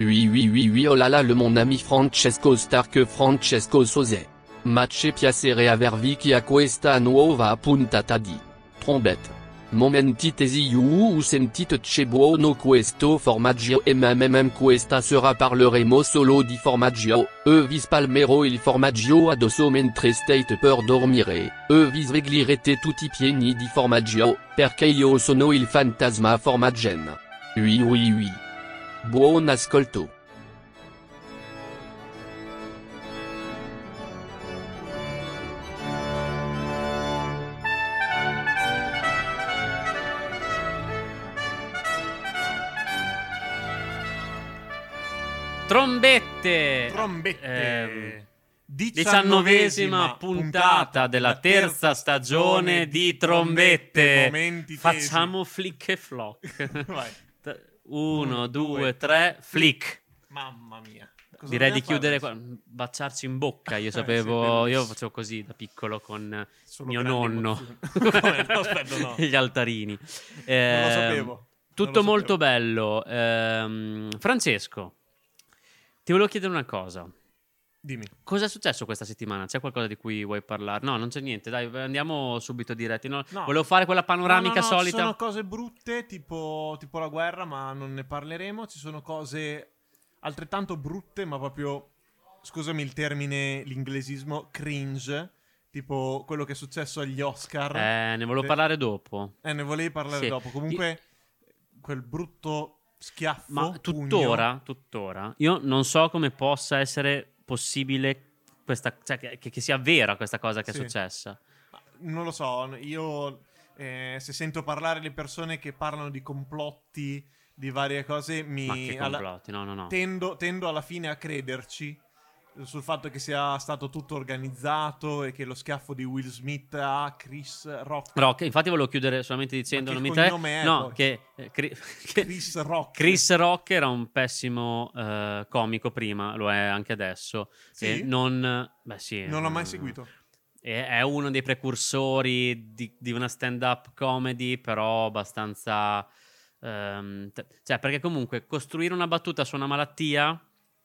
Oui oui oui oui oh là là le mon ami Francesco Stark Francesco Sose. Match piacere avervi a questa nuova puntata di Trombette. Momentite u sentite c'è buono questo formaggio e questa sera parleremo solo di formaggio, vi spalmerò il formaggio addosso mentre state per dormire, vi sveglirete tutti pieni di formaggio, perché io sono il fantasma formaggen. Oui oui oui. Buon ascolto. Trombette! 19ª puntata della terza stagione di Trombette. Facciamo flick e flock. Vai. 1, 2, 3, flick. Mamma mia. Cosa Direi di dobbiamo chiudere fare qua, baciarci in bocca. Io Sì, sapevo, io bellissimo. facevo così da piccolo con Solo mio grandi nonno. emozioni. Come? No, aspetta, no. Gli altarini. Non lo sapevo. Tutto Non lo molto sapevo. bello. Francesco, ti volevo chiedere una cosa. Dimmi. Cosa è successo questa settimana? C'è qualcosa di cui vuoi parlare? No, non c'è niente. Dai, andiamo subito diretti. No, No. volevo fare quella panoramica No, solita. Ci sono cose brutte, tipo la guerra, ma non ne parleremo. Ci sono cose altrettanto brutte, ma proprio, scusami il termine, l'inglesismo, cringe. Tipo quello che è successo agli Oscar. Ne volevo parlare dopo. Ne volevi parlare Sì. dopo. Comunque, quel brutto schiaffo. Ma pugno. tuttora, io non so come possa essere possibile questa, cioè, che sia vera questa cosa che Sì. è successa. Non lo so, io se sento parlare le persone che parlano di complotti, di varie cose, Ma che complotti, no. tendo alla fine a crederci sul fatto che sia stato tutto organizzato e che lo schiaffo di Will Smith a Chris Rock. Rock, infatti volevo chiudere solamente dicendo, Ma che non mi cognome è, no, poi? che Chris Rock. Chris Rock era un pessimo comico prima, lo è anche adesso. Sì? E non, beh sì, Non l'ho mai seguito. È uno dei precursori di una stand-up comedy, però abbastanza... cioè, perché comunque costruire una battuta su una malattia...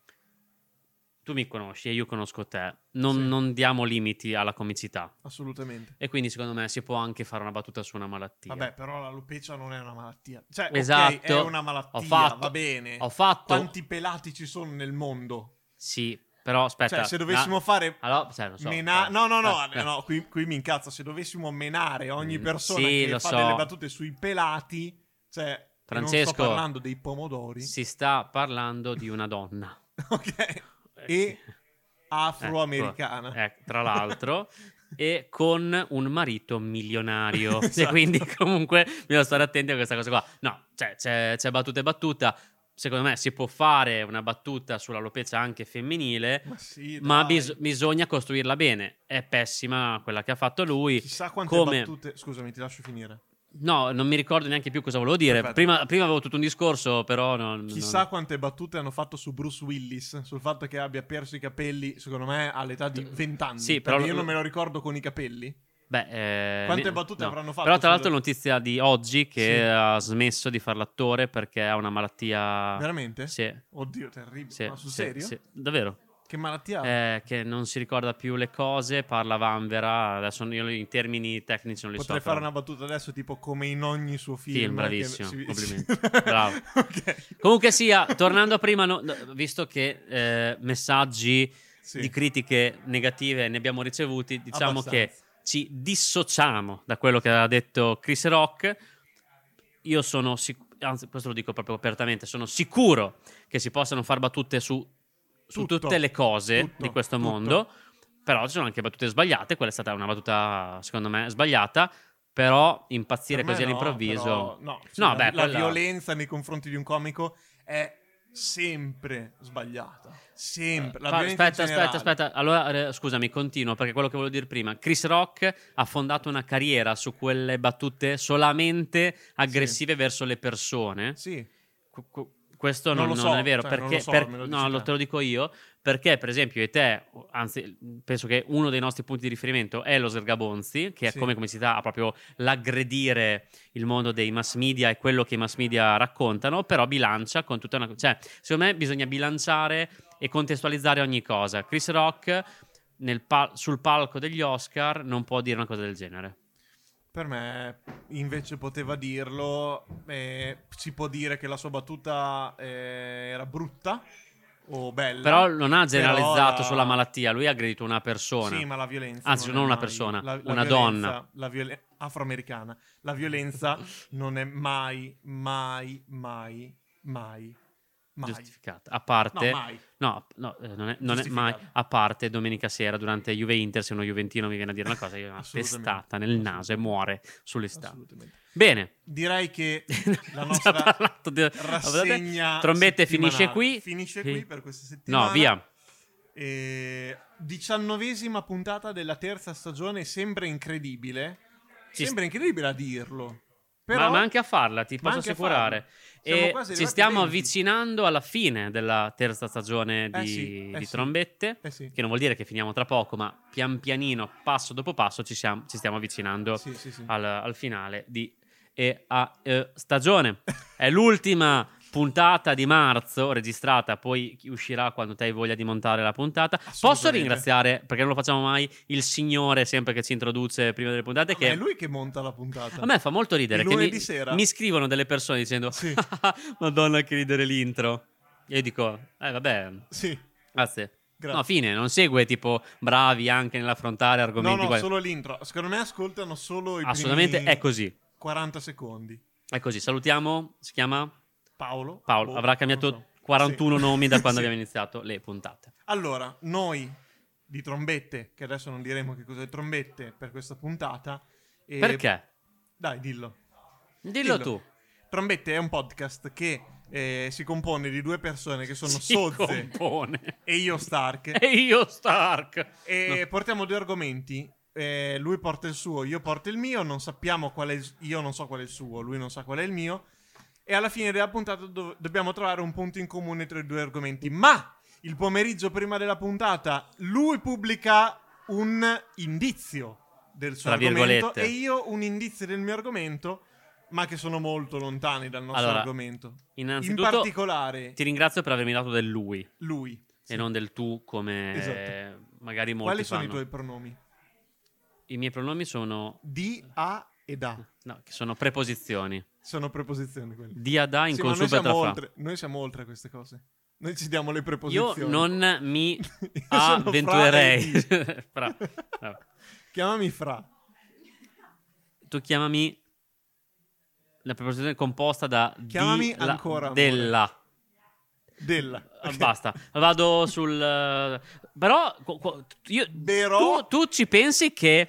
Tu mi conosci e io conosco te. Sì. Non diamo limiti alla comicità. Assolutamente. E quindi secondo me si può anche fare una battuta su una malattia. Vabbè, però la alopecia non è una malattia. Cioè, Esatto. ok, è una malattia, Ho fatto- va bene. Ho fatto... Quanti pelati ci sono nel mondo? Sì, però aspetta. Cioè, se dovessimo fare... Allora, non so. No, qui mi incazzo. Se dovessimo menare ogni persona sì, che lo fa so. delle battute sui pelati, cioè, Francesco, non sto parlando dei pomodori. Si sta parlando di una donna. Ok. E afroamericana. Tra l'altro, e con un marito milionario. E Esatto. quindi comunque bisogna stare attenti a questa cosa qua. No, cioè, c'è battuta e battuta. Secondo me si può fare una battuta sull'alopecia anche femminile, Ma sì, ma dai. bisogna costruirla bene. È pessima quella che ha fatto lui. Chissà quante come... battute... Scusami, ti lascio finire. No, non mi ricordo neanche più cosa volevo dire. Perfetto. Prima avevo tutto un discorso, però Chissà quante battute hanno fatto su Bruce Willis, sul fatto che abbia perso i capelli, secondo me, all'età di 20 anni. Sì, Perché però io non me lo ricordo con i capelli. Quante battute avranno fatto? Però tra l'altro notizia di oggi che Sì. ha smesso di fare l'attore perché ha una malattia... Veramente? Sì. Oddio, terribile. Sì, Ma sul sì, serio? sì. Davvero? Che malattia ha? Che non si ricorda più le cose, parla vanvera. Adesso io in termini tecnici non li Potrei so. fare però... una battuta adesso, tipo come in ogni suo film. Bravissimo, che complimenti. Bravo. Ok. Comunque sia, tornando a prima, visto che messaggi Sì. di critiche negative ne abbiamo ricevuti, diciamo Abbastanza. che ci dissociamo da quello che ha detto Chris Rock. Io sono anzi, questo lo dico proprio apertamente, sono sicuro che si possano fare battute su Tutto. tutte le cose Tutto. di questo Tutto. mondo, però ci sono anche battute sbagliate. Quella è stata una battuta, secondo me, sbagliata. Però impazzire Per me così no, all'improvviso... però, no, No, la quella- violenza nei confronti di un comico è sempre sbagliata. Sempre. La violenza in generale. Aspetta. Allora, scusami, continuo, perché quello che volevo dire prima. Chris Rock ha fondato una carriera su quelle battute solamente aggressive verso le persone. Sì. questo Non non, lo non so, è vero, cioè, perché non lo so, me lo dici no, te. te lo dico io, perché per esempio io e te, anzi penso che uno dei nostri punti di riferimento è lo Sgargabonzi, che è Sì. come comicità ha proprio l'aggredire il mondo dei mass media e quello che i mass media raccontano, però bilancia con tutta una... Cioè, secondo me bisogna bilanciare e contestualizzare ogni cosa. Chris Rock sul palco degli Oscar non può dire una cosa del genere. Per me invece poteva dirlo, si può dire che la sua battuta era brutta o bella. Però non ha generalizzato però sulla malattia, lui ha aggredito una persona. Sì, ma la violenza Anzi, non è una mai- persona, la una violenza- donna. la afroamericana. La violenza non è mai Giustificata. A parte... No, mai. No, non è mai. Giustificata. A parte domenica sera durante Juve-Inter, se uno juventino mi viene a dire una cosa, io ho una Assolutamente. testata nel naso e muore sull'istante. Assolutamente. Bene. Direi che la Già nostra parlato rassegna Trombette settimanale finisce qui per questa settimana. No, via. 19ª puntata della terza stagione, sembra incredibile. Ci Sembra incredibile a dirlo. Però ma anche a farla, ti ma posso anche a assicurare. farla. Siamo E quasi ci arrivati stiamo a 20. avvicinando alla fine della terza stagione di sì. Trombette, Sì. che non vuol dire che finiamo tra poco, ma pian pianino, passo dopo passo, ci stiamo avvicinando Sì. al finale di stagione. È l'ultima puntata di marzo registrata, poi uscirà quando te hai voglia di montare la puntata. Posso Assolutamente. ringraziare, perché non lo facciamo mai, il signore sempre che ci introduce prima delle puntate, Ma che è lui che monta la puntata. a me fa molto ridere Il che lunedì sera. mi scrivono delle persone dicendo Sì. Madonna che ridere l'intro. E io dico, vabbè, Sì. grazie. Grazie. No, fine, non segue tipo bravi anche nell'affrontare argomenti. No, solo l'intro. Secondo me ascoltano solo i Assolutamente primi è così. 40 secondi. È così, salutiamo, si chiama Paolo. avrà cambiato non so. 41 Sì. nomi da quando Sì. abbiamo iniziato le puntate. Allora, noi di Trombette, che adesso non diremo che cos'è Trombette per questa puntata. Perché? Dai, dillo. Dillo tu. Trombette è un podcast che si compone di due persone che sono Si Sozze compone. e io Stark. E io Stark. E portiamo due argomenti. Lui porta il suo, io porto il mio. Non sappiamo qual è io non so qual è il suo, lui non sa qual è il mio. E alla fine della puntata dobbiamo trovare un punto in comune tra i due argomenti. Ma il pomeriggio prima della puntata lui pubblica un indizio del suo Tra argomento virgolette. e io un indizio del mio argomento, ma che sono molto lontani dal nostro Allora, argomento. In innanzitutto particolare ti ringrazio per avermi dato del lui lui. e non del tu come Esatto. magari molti Quali sono fanno. i tuoi pronomi? I miei pronomi sono Di, a e da. no, che sono preposizioni. Sono preposizioni quelle. Di a da in Sì, ma consueta tra fra. noi siamo oltre a queste cose. Noi ci diamo le Io preposizioni. non mi Io sono avventurerei. Fra e Vabbè. Chiamami Fra. Tu chiamami la preposizione composta da Chiamami di, la, ancora, amore. della. Della. Ok. Basta, vado sul però Però- tu ci pensi che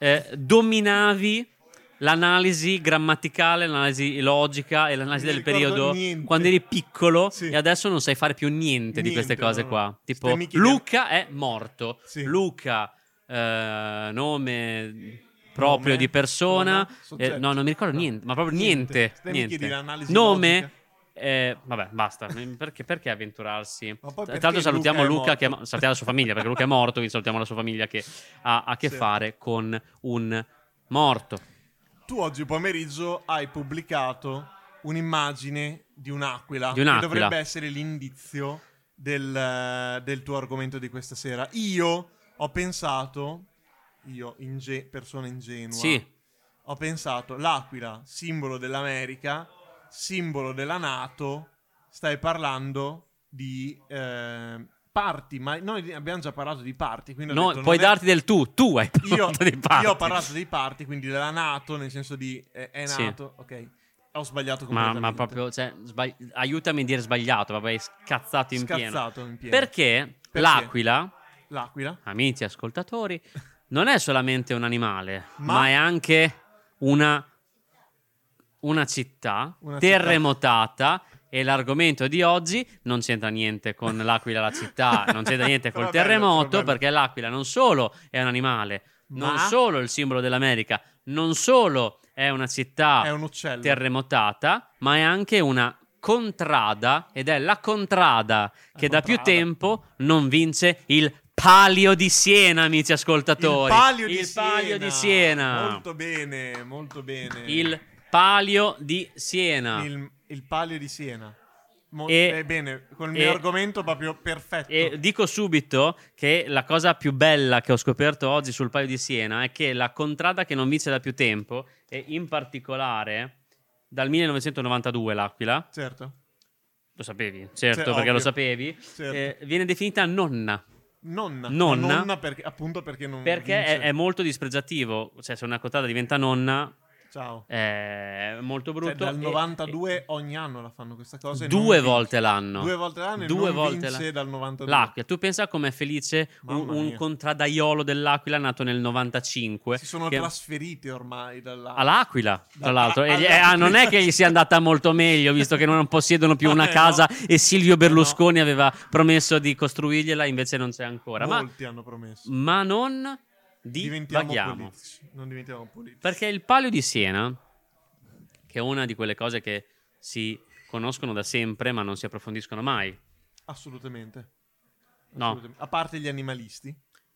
dominavi l'analisi grammaticale, l'analisi logica e l'analisi Mi del ricordo periodo niente. quando eri piccolo Sì. e adesso non sai fare più niente di queste cose no. qua. Tipo Stai mi chiedendo- Luca è morto. Sì. Luca nome proprio Nome, di persona. prono, soggetto. No, non mi ricordo No. niente, ma proprio niente. Stai mi chiedi l'analisi Nome logica? vabbè, basta. Perché avventurarsi? Ma poi Tra perché l'altro salutiamo Luca è Luca, che morto? salutiamo la sua famiglia, perché Luca è morto, quindi salutiamo la sua famiglia che ha a che Sì. fare con un morto. Tu oggi pomeriggio hai pubblicato un'immagine di un'aquila. Di un'aquila. Che dovrebbe essere l'indizio del tuo argomento di questa sera. Io ho pensato, persona ingenua, Sì. ho pensato l'aquila, simbolo dell'America, simbolo della NATO. Stai parlando di parti, ma noi abbiamo già parlato di parti, quindi ho No, detto, puoi non è- darti del tu hai parlato di parti. io ho parlato dei parti, quindi della NATO, nel senso di è Sì. NATO, ok. Ho sbagliato ma completamente. proprio, cioè, aiutami a dire sbagliato, proprio hai scazzato in pieno. Scazzato in pieno. Perché l'aquila, L'aquila? amici ascoltatori, non è solamente un animale, Ma- ma è anche una città Una terremotata. E l'argomento di oggi non c'entra niente con l'aquila, la città, non c'entra niente col Però bello, terremoto, però bello. perché l'aquila non solo è un animale, non Ma- solo il simbolo dell'America, non solo è una città È un uccello. terremotata, ma è anche una Contrada, ed è la Contrada che da più Contrada. tempo non vince il Palio di Siena, amici ascoltatori. Il Palio di Siena. Molto bene, molto bene. Il Palio di Siena. Il Palio di Siena. Bene, con il mio e- argomento proprio perfetto. E dico subito che la cosa più bella che ho scoperto oggi sul Palio di Siena è che la Contrada che non vince da più tempo, e in particolare dal 1992 l'Aquila, Certo. lo sapevi? Certo, perché ovvio. lo sapevi, Certo. viene definita nonna. Nonna. Nonna? Nonna appunto perché non Perché vince. è molto dispregiativo. Cioè, se una Contrada diventa nonna, Ciao. è molto Cioè, brutto. dal 92 ogni anno la fanno questa cosa. e Due non volte vince. l'anno. 2 volte l'anno e Due non volte vince dal 92. L'Aquila. Tu pensa com'è felice Mamma un mia. contradaiolo dell'Aquila nato nel 95. Si sono che- trasferiti ormai all'Aquila, tra l'altro. all'Aquila. Non è che gli sia andata molto meglio, visto che non possiedono più una No. casa e Silvio Berlusconi aveva promesso di costruirgliela, invece non c'è ancora. Molti hanno promesso. Ma non Diventiamo divaghiamo. politici. Non diventiamo politici. Perché il Palio di Siena, che è una di quelle cose che si conoscono da sempre ma non si approfondiscono mai. Assolutamente. No. Assolutamente. A parte gli animalisti.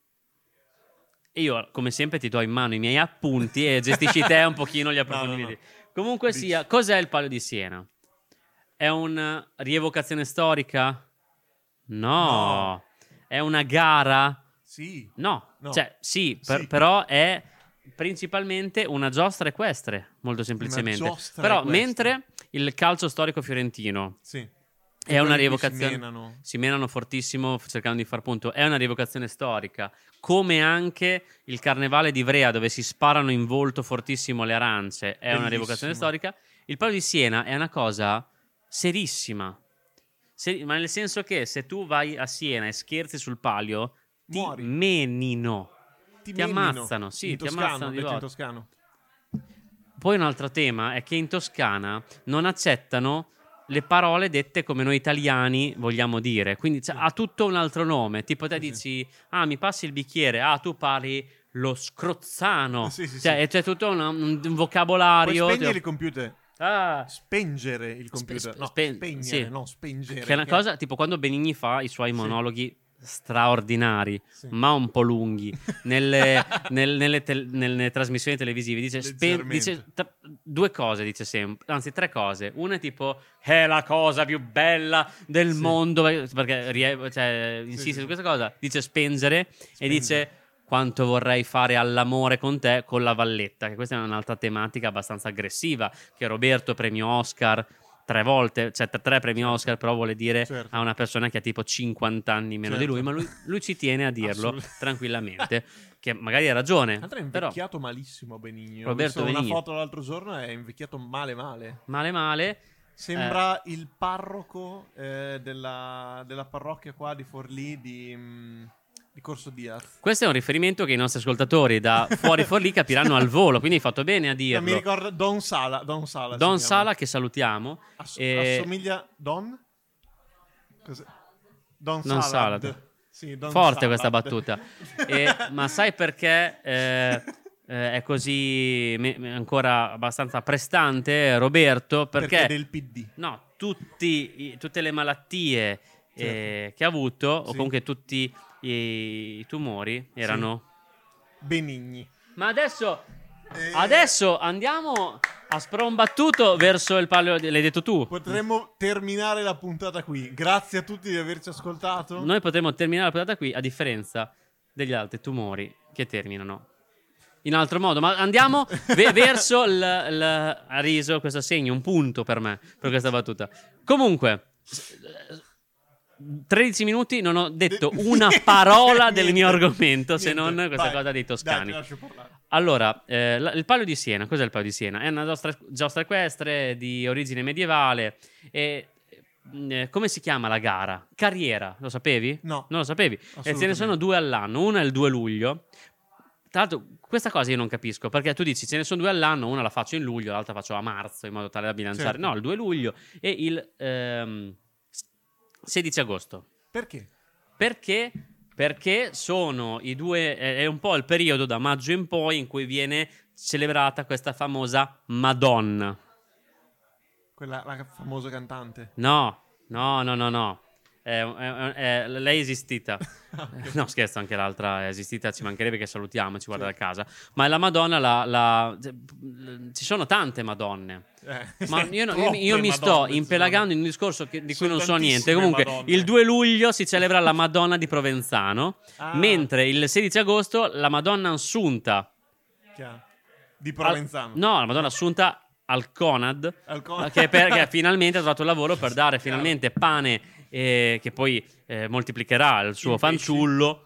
E io, come sempre, ti do in mano i miei appunti e gestisci te un pochino gli approfondimenti. No. Comunque Dici. sia, cos'è il Palio di Siena? È una rievocazione storica? No. È una gara? Sì. No. No. Cioè, sì, Sì. però è principalmente una giostra equestre, molto semplicemente. giostra Però equestre. mentre il calcio storico fiorentino Sì. è una quelli rievocazione. si menano. Si menano fortissimo cercando di far punto. È una rievocazione storica. Come anche il carnevale di Ivrea, dove si sparano in volto fortissimo le arance, è una Bellissimo. rievocazione storica. Il Palio di Siena è una cosa serissima. Ma nel senso che se tu vai a Siena e scherzi sul palio, ti Muori. menino. Ti menino. ammazzano, sì, In ti toscano, ammazzano di detto in volte. toscano. Poi un altro tema è che in Toscana non accettano le parole dette come noi italiani vogliamo dire, quindi ha tutto un altro nome. Tipo te Sì, dici, ah, mi passi il bicchiere, ah, tu parli lo scrozzano. Sì, sì, Cioè, sì. c'è tutto un Puoi vocabolario. spegnere il computer. Ah, Spengere il computer. No, spegnere, sì. no, spengere. che è una cosa tipo quando Benigni fa i suoi monologhi straordinari, Sì. ma un po' lunghi nelle trasmissioni televisive dice, Leggermente. dice due cose, dice sempre, anzi tre cose. Una è tipo è la cosa più bella del Sì. mondo, perché insiste sì. su questa cosa, dice spengere e Spengere. dice quanto vorrei fare all'amore con te con la valletta, che questa è un'altra tematica abbastanza aggressiva, che Roberto premio Oscar 3 volte, cioè 3 premi Oscar, però vuole dire Certo. a una persona che ha tipo 50 anni meno di Certo. lui, ma lui ci tiene a dirlo Assolutamente. tranquillamente, che magari ha ragione, Tra l'altro è però invecchiato malissimo Benigni. Ho Roberto visto una Benigni. foto l'altro giorno e è invecchiato male male. male, Sembra il parroco della parrocchia qua di Forlì di Corso Diaz. questo è un riferimento che i nostri ascoltatori da fuori lì capiranno al volo, quindi hai fatto bene a No, dirlo. mi ricordo Don Sala. Don si chiama. Sala, che salutiamo. Assomiglia Don? Cos'è? Don Don Salad. Salad. Sì, Don Forte Salad. questa battuta. Ma sai perché è così ancora abbastanza prestante Roberto? Perché è del PD. No, tutte le malattie Certo. che ha avuto, o Sì. comunque tutti i tumori, erano... Benigni. Ma adesso andiamo a sprombattuto verso il palio, l'hai detto tu. Potremmo terminare la puntata qui. Grazie a tutti di averci ascoltato. Noi potremmo terminare la puntata qui, a differenza degli altri tumori che terminano in altro modo. Ma andiamo verso ha riso questo segno, un punto per me, per questa battuta. Comunque, 13 minuti non ho detto una parola del mio argomento, se non Niente. questa Vai. cosa dei Dai, toscani. ti lascio parlare. Allora, il Palio di Siena, cos'è il Palio di Siena? È una giostra equestre di origine medievale e come si chiama la gara? Carriera, lo sapevi? No. Non lo sapevi? E ce ne Assolutamente. sono 2 all'anno, una è il 2 luglio. Tra l'altro, questa cosa io non capisco, perché tu dici ce ne sono 2 all'anno, una la faccio in luglio, l'altra faccio a marzo, in modo tale da bilanciare. Certo. No, il 2 luglio e il 16 agosto. Perché? Perché sono i due, è un po' il periodo da maggio in poi in cui viene celebrata questa famosa Madonna. Quella, la famosa cantante. No. Lei è esistita. Okay. No, scherzo, anche l'altra è esistita, ci mancherebbe che salutiamo, ci guarda da casa. Ma la Madonna, ci sono tante Madonne. Ma io mi sto impelagando in un discorso di cui non so niente. Comunque, Madonne. il 2 luglio si celebra la Madonna di Provenzano, Ah. mentre il 16 agosto la Madonna Assunta. Di Provenzano. No, la Madonna Assunta al Conad, Al Conad. che finalmente ha trovato il lavoro per dare finalmente pane, che poi moltiplicherà il suo fanciullo.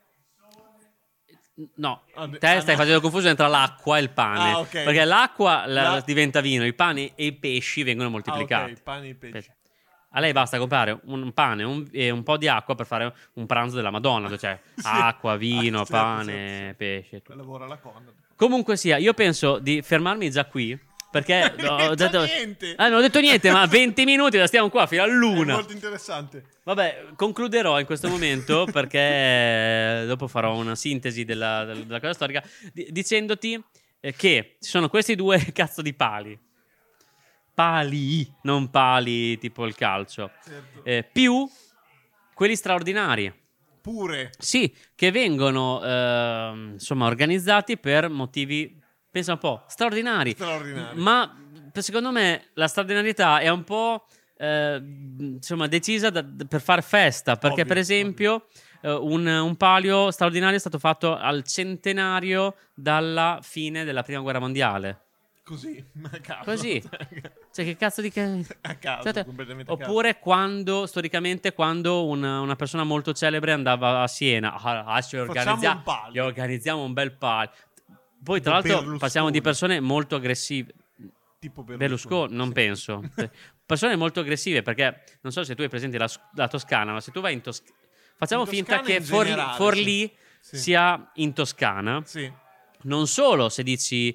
No, te stai facendo confusione tra l'acqua e il pane. Ah, ok. Perché l'acqua diventa vino, il pane e i pesci vengono moltiplicati. Ok, pane e pesci. A lei basta comprare un pane e un po' di acqua per fare un pranzo della Madonna, cioè acqua, vino, Certo, pane, pesce. Tutto. Lavora alla Conad. Comunque sia, io penso di fermarmi già qui. Perché Non ho detto niente. non ho detto niente, ma 20 minuti la stiamo qua fino È all'una. molto interessante. Vabbè, concluderò in questo momento perché dopo farò una sintesi della cosa storica dicendoti che ci sono questi due cazzo di pali. Pali, non pali tipo il calcio. Certo. Più quelli straordinari. Pure. Sì, che vengono insomma organizzati per motivi, pensa un po', straordinari. Ma secondo me la straordinarietà è un po' insomma decisa per fare festa, perché per esempio un palio straordinario è stato fatto al centenario dalla fine della prima guerra mondiale. Così, a caso. Così. Cioè che cazzo di a caso, completamente a caso. Oppure storicamente quando una persona molto celebre andava a Siena, gli organizziamo un bel palio. Poi tra l'altro Berlusconi. parliamo di persone molto aggressive. Tipo Berlusconi, non penso. Persone molto aggressive, perché non so se tu hai presente la Toscana, ma se tu vai in Toscana, facciamo In finta Toscana che in generale, Forlì sì. sia in Toscana. Sì. Non solo se dici,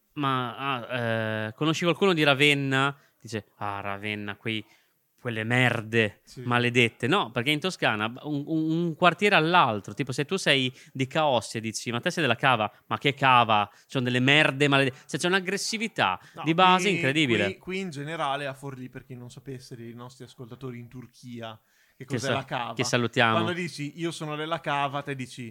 ma conosci qualcuno di Ravenna? Dice, Ravenna, quelle merde maledette. No, perché in Toscana un quartiere all'altro, tipo se tu sei di Caossia e dici, ma te sei della Cava? Ma che Cava? Sono delle merde maledette. Cioè, c'è un'aggressività di base incredibile. Qui in generale a Forlì, per chi non sapesse, dei nostri ascoltatori in Turchia, che cos'è la Cava? Che salutiamo. Quando dici, io sono della Cava, te dici,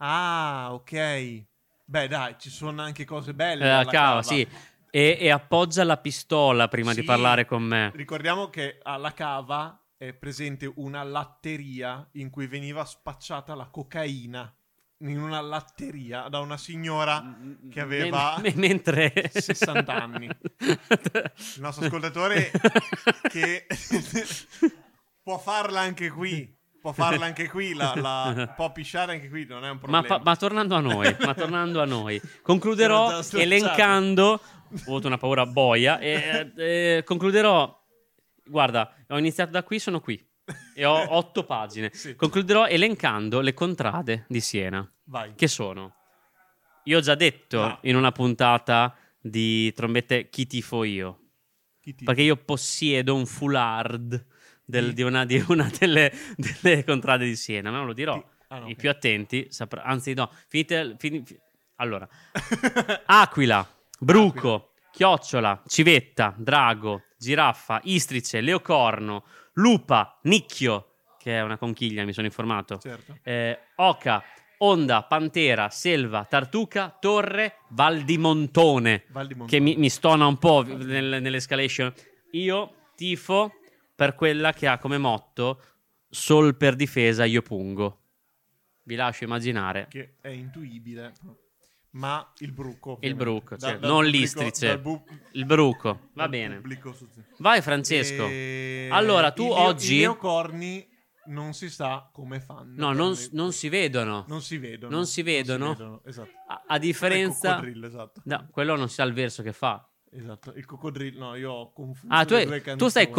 ok. Beh, dai, ci sono anche cose belle. La Cava, sì. E appoggia la pistola prima di parlare con me. Ricordiamo che alla Cava è presente una latteria in cui veniva spacciata la cocaina. In una latteria da una signora che aveva mentre 60 anni. Il nostro ascoltatore che può farla anche qui. Può farla anche qui, può pisciare anche qui, non è un problema. Ma tornando a noi, concluderò elencando. Ho avuto una paura boia e concluderò. Guarda, ho iniziato da qui, sono qui e ho 8 pagine. Sì. Concluderò elencando le contrade di Siena. Vai. Che sono? Io ho già detto in una puntata di Trombette chi tifo io. Perché io possiedo un foulard di una delle contrade di Siena, ma non lo dirò. I più attenti sapranno. Anzi, no, allora, Aquila, Bruco, Chiocciola, Civetta, Drago, Giraffa, Istrice, Leocorno, Lupa, Nicchio, che è una conchiglia, mi sono informato. Certo. Oca, Onda, Pantera, Selva, Tartuca, Torre, Val di Montone. Che mi stona un po' nell'escalation. Io tifo per quella che ha come motto sol per difesa io pungo. Vi lascio immaginare. Che è intuibile. Ma il Bruco. Il Bruco, cioè, non l'Istrice. Il Bruco, va bene. Vai Francesco. Allora, tu oggi... I leocorni non si sa come fanno. No, non si vedono. Non si vedono. Non si vedono. Esatto. A differenza... Il coccodrillo, esatto. No, quello non si sa il verso che fa. Esatto, il coccodrillo. No, io ho confuso le due canzoni. Tu stai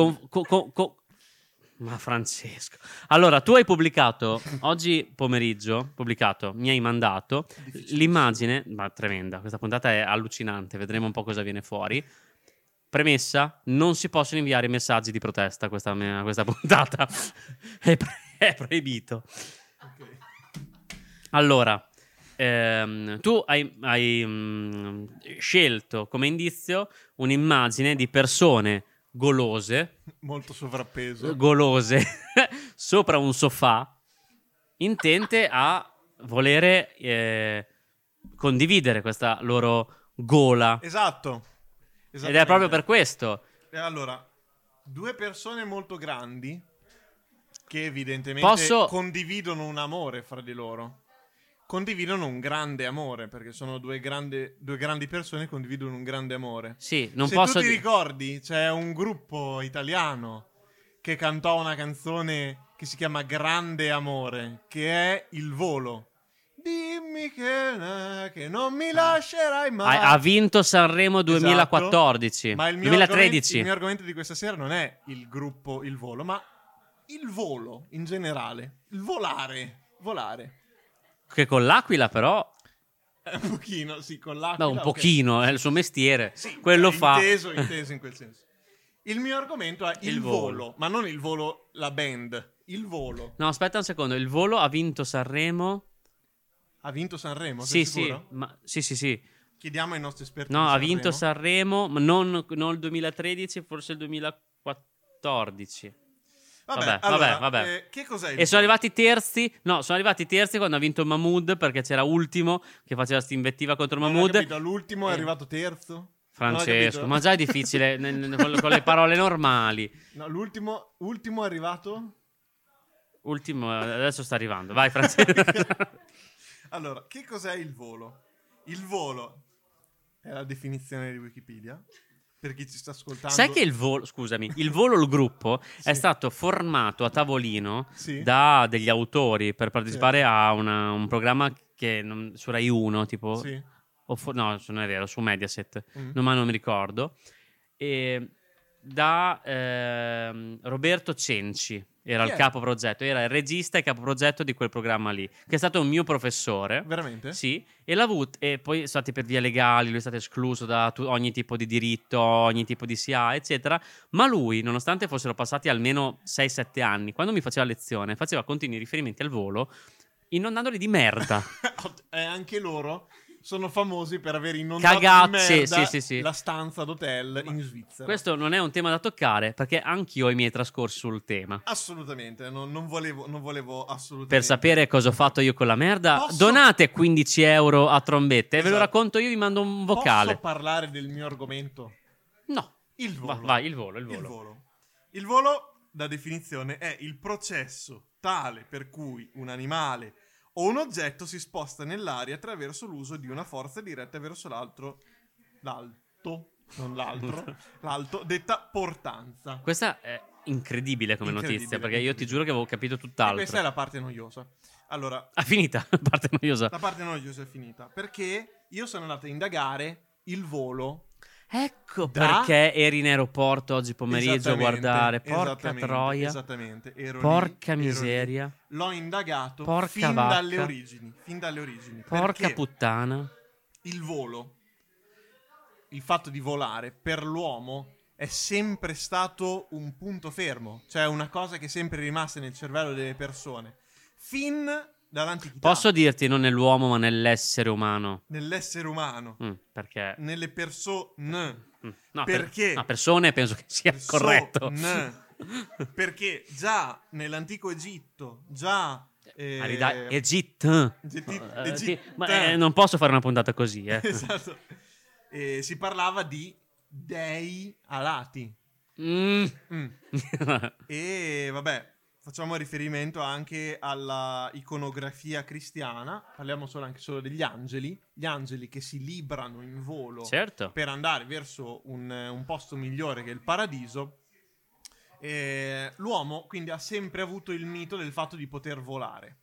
ma Francesco. Allora, tu hai pubblicato oggi pomeriggio, mi hai mandato l'immagine, ma tremenda, questa puntata è allucinante, vedremo un po' cosa viene fuori. Premessa, non si possono inviare messaggi di protesta a questa puntata. È proibito. Okay. Allora, tu hai scelto come indizio un'immagine di persone golose, Molto sovrappeso. golose, sopra un sofà, intente a volere condividere questa loro gola. Esatto. Ed è proprio per questo. E allora, due persone molto grandi che evidentemente condividono un amore fra di loro. Condividono un grande amore, perché sono due grandi persone che condividono un grande amore. Sì, non Se posso tu ti ricordi, c'è un gruppo italiano che cantò una canzone che si chiama Grande Amore, che è Il Volo. Dimmi che non mi lascerai mai. Ha vinto Sanremo 2014. Esatto. Ma il mio 2013. Il mio argomento di questa sera non è il gruppo Il Volo, ma il volo in generale. Il volare. Che con l'Aquila però... Un pochino, sì, con l'Aquila. No, un pochino, è il suo mestiere. Sì, quello fa. Inteso in quel senso. Il mio argomento è il volo, ma non il volo, la band. Il volo. No, aspetta un secondo. Il Volo ha vinto Sanremo. Ha vinto Sanremo? Sì, sei sicuro? sì. Chiediamo ai nostri esperti. No, di ha vinto Sanremo, ma non il 2013, forse il 2014. Vabbè. Che cos'è il E sono volo? arrivati terzi. No, sono arrivati terzi quando ha vinto Mahmood, perché c'era Ultimo che faceva sta invettiva contro Non ho Mahmood. capito, l'ultimo è arrivato terzo. Francesco, ma già è difficile con le parole normali. No, ultimo è arrivato. Ultimo, adesso sta arrivando. Vai, Francesco. Allora, che cos'è il volo? Il volo è la definizione di Wikipedia. Per chi ci sta ascoltando. Sai che il volo, scusami, il gruppo Sì. è stato formato a tavolino Sì. da degli autori per partecipare a un programma che su Rai 1, tipo, Sì. no, non è vero, su Mediaset, Mm. ma non mi ricordo, e da Roberto Cenci, era Chi il è? capoprogetto, era il regista e capoprogetto di quel programma lì, che è stato un mio professore. Veramente? Sì, e poi sono stati per vie legali, lui è stato escluso da ogni tipo di diritto, ogni tipo di SIA, eccetera, ma lui, nonostante fossero passati almeno 6-7 anni, quando mi faceva lezione, faceva continui riferimenti al volo, inondandoli di merda. E anche loro sono famosi per aver inondato di Cagazze, merda sì. la stanza d'hotel in Svizzera. Questo non è un tema da toccare, perché anch'io ho i miei trascorsi sul tema. Assolutamente, non volevo assolutamente. Per sapere cosa ho fatto io con la merda, Posso- donate 15 euro a trombette e ve lo Esatto. racconto io, vi mando un vocale. Posso parlare del mio argomento? No. Il volo. Vai, il volo. Il volo, da definizione, è il processo tale per cui un animale o un oggetto si sposta nell'aria attraverso l'uso di una forza diretta verso l'alto, detta portanza. Questa è incredibile come Incredibile, notizia, perché io ti incredibile. giuro che avevo capito E tutt'altro. questa è la parte noiosa. Allora, Ha finita, la parte noiosa. la parte noiosa è finita, perché io sono andato a indagare il volo. Ecco Da- perché eri in aeroporto oggi pomeriggio a Esattamente, guardare. Porca esattamente, troia. Esattamente. Ero Porca lì, ero miseria. lì. L'ho indagato Porca fin vacca. dalle origini. Porca Perché puttana. il volo, il fatto di volare per l'uomo è sempre stato un punto fermo, cioè una cosa che è sempre rimasta nel cervello delle persone fin dall'antichità. Posso dirti non nell'uomo ma nell'essere umano? Nell'essere umano, Perché? nelle persone. No, Perché? persone penso che sia corretto. Perché già nell'antico Egitto, già Egitto. Ma non posso fare una puntata così, Esatto. Si parlava di dei alati. Mm. E vabbè, facciamo riferimento anche alla iconografia cristiana. Parliamo anche solo degli angeli. Gli angeli che si librano in volo Certo. per andare verso un posto migliore che il paradiso. L'uomo quindi ha sempre avuto il mito del fatto di poter volare.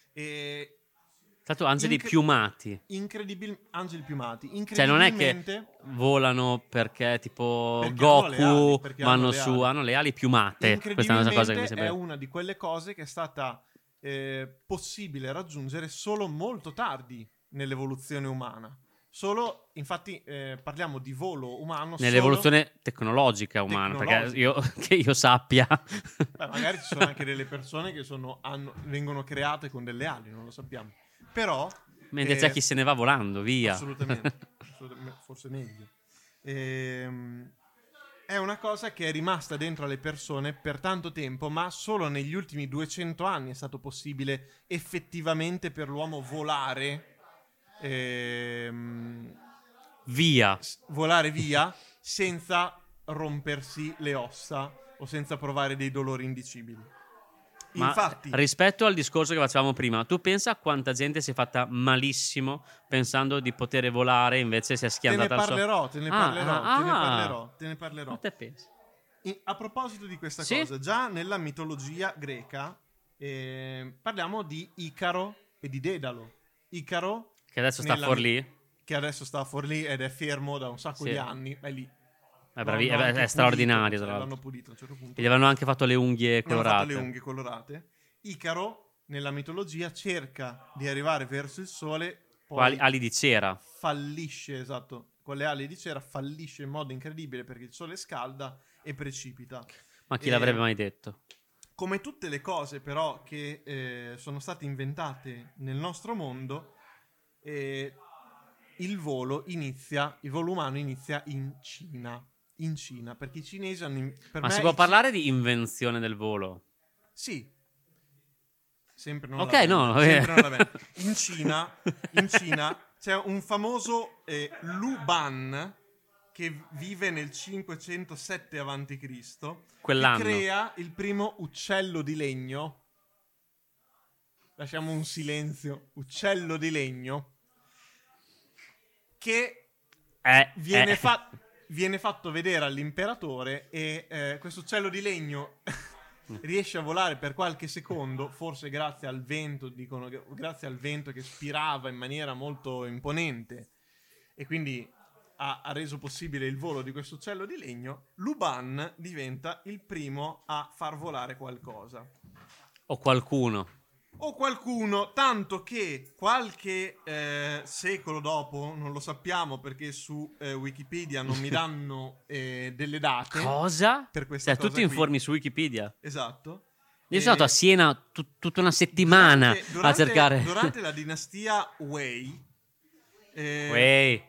Tanto angeli piumati. Angeli piumati. Cioè non è che Incredibilmente volano perché tipo Perché hanno le ali, Goku perché vanno hanno le su, ali. hanno le ali piumate. Questa è una cosa che mi incredibilmente sembra. è una di quelle cose che è stata possibile raggiungere solo molto tardi nell'evoluzione umana. Solo, infatti, parliamo di volo umano Nell'evoluzione tecnologica umana, perché che io sappia. Beh, magari ci sono anche delle persone che vengono create con delle ali, non lo sappiamo. Però Mentre c'è chi se ne va volando, via. assolutamente, forse meglio. è una cosa che è rimasta dentro alle persone per tanto tempo, ma solo negli ultimi 200 anni è stato possibile effettivamente per l'uomo volare volare via senza rompersi le ossa o senza provare dei dolori indicibili. Ma Infatti, rispetto al discorso che facevamo prima, tu pensa quanta gente si è fatta malissimo pensando di poter volare, invece si è schiantata al suolo? te ne parlerò. Ma te pensi? A proposito di questa Sì? cosa, già nella mitologia greca parliamo di Icaro e di Dedalo. Icaro, Che adesso sta a Forlì? che adesso sta a Forlì ed è fermo da un sacco Sì. di anni, è lì. È straordinario, tra l'altro. L'hanno pulito a un certo punto. E gli avevano anche fatto le unghie Gli hanno colorate. fatto le unghie colorate. Icaro, nella mitologia, cerca di arrivare verso il sole, poi Ali di cera. fallisce, esatto, con le ali di cera fallisce in modo incredibile perché il sole scalda e precipita. Ma chi l'avrebbe mai detto? Come tutte le cose però che sono state inventate nel nostro mondo, il volo umano inizia in Cina. In Cina, perché i cinesi hanno... Ma si può parlare di invenzione del volo? Sì. Sempre non Ok, la no, bene, sempre non la bene. In Cina c'è un famoso Lu Ban che vive nel 507 a.C. Quell'anno. che crea il primo uccello di legno. Lasciamo un silenzio. Uccello di legno che viene fatto vedere all'imperatore e questo uccello di legno riesce a volare per qualche secondo, forse grazie al vento, dicono che grazie al vento che spirava in maniera molto imponente e quindi ha reso possibile il volo di questo uccello di legno. Luban diventa il primo a far volare qualcosa. O qualcuno. Tanto che qualche secolo dopo, non lo sappiamo perché su Wikipedia non mi danno delle date. Cosa? Per questa cosa tu ti informi su Wikipedia? Esatto. Io sono stato a Siena tutta una settimana a cercare. Durante la dinastia Wei. Wei.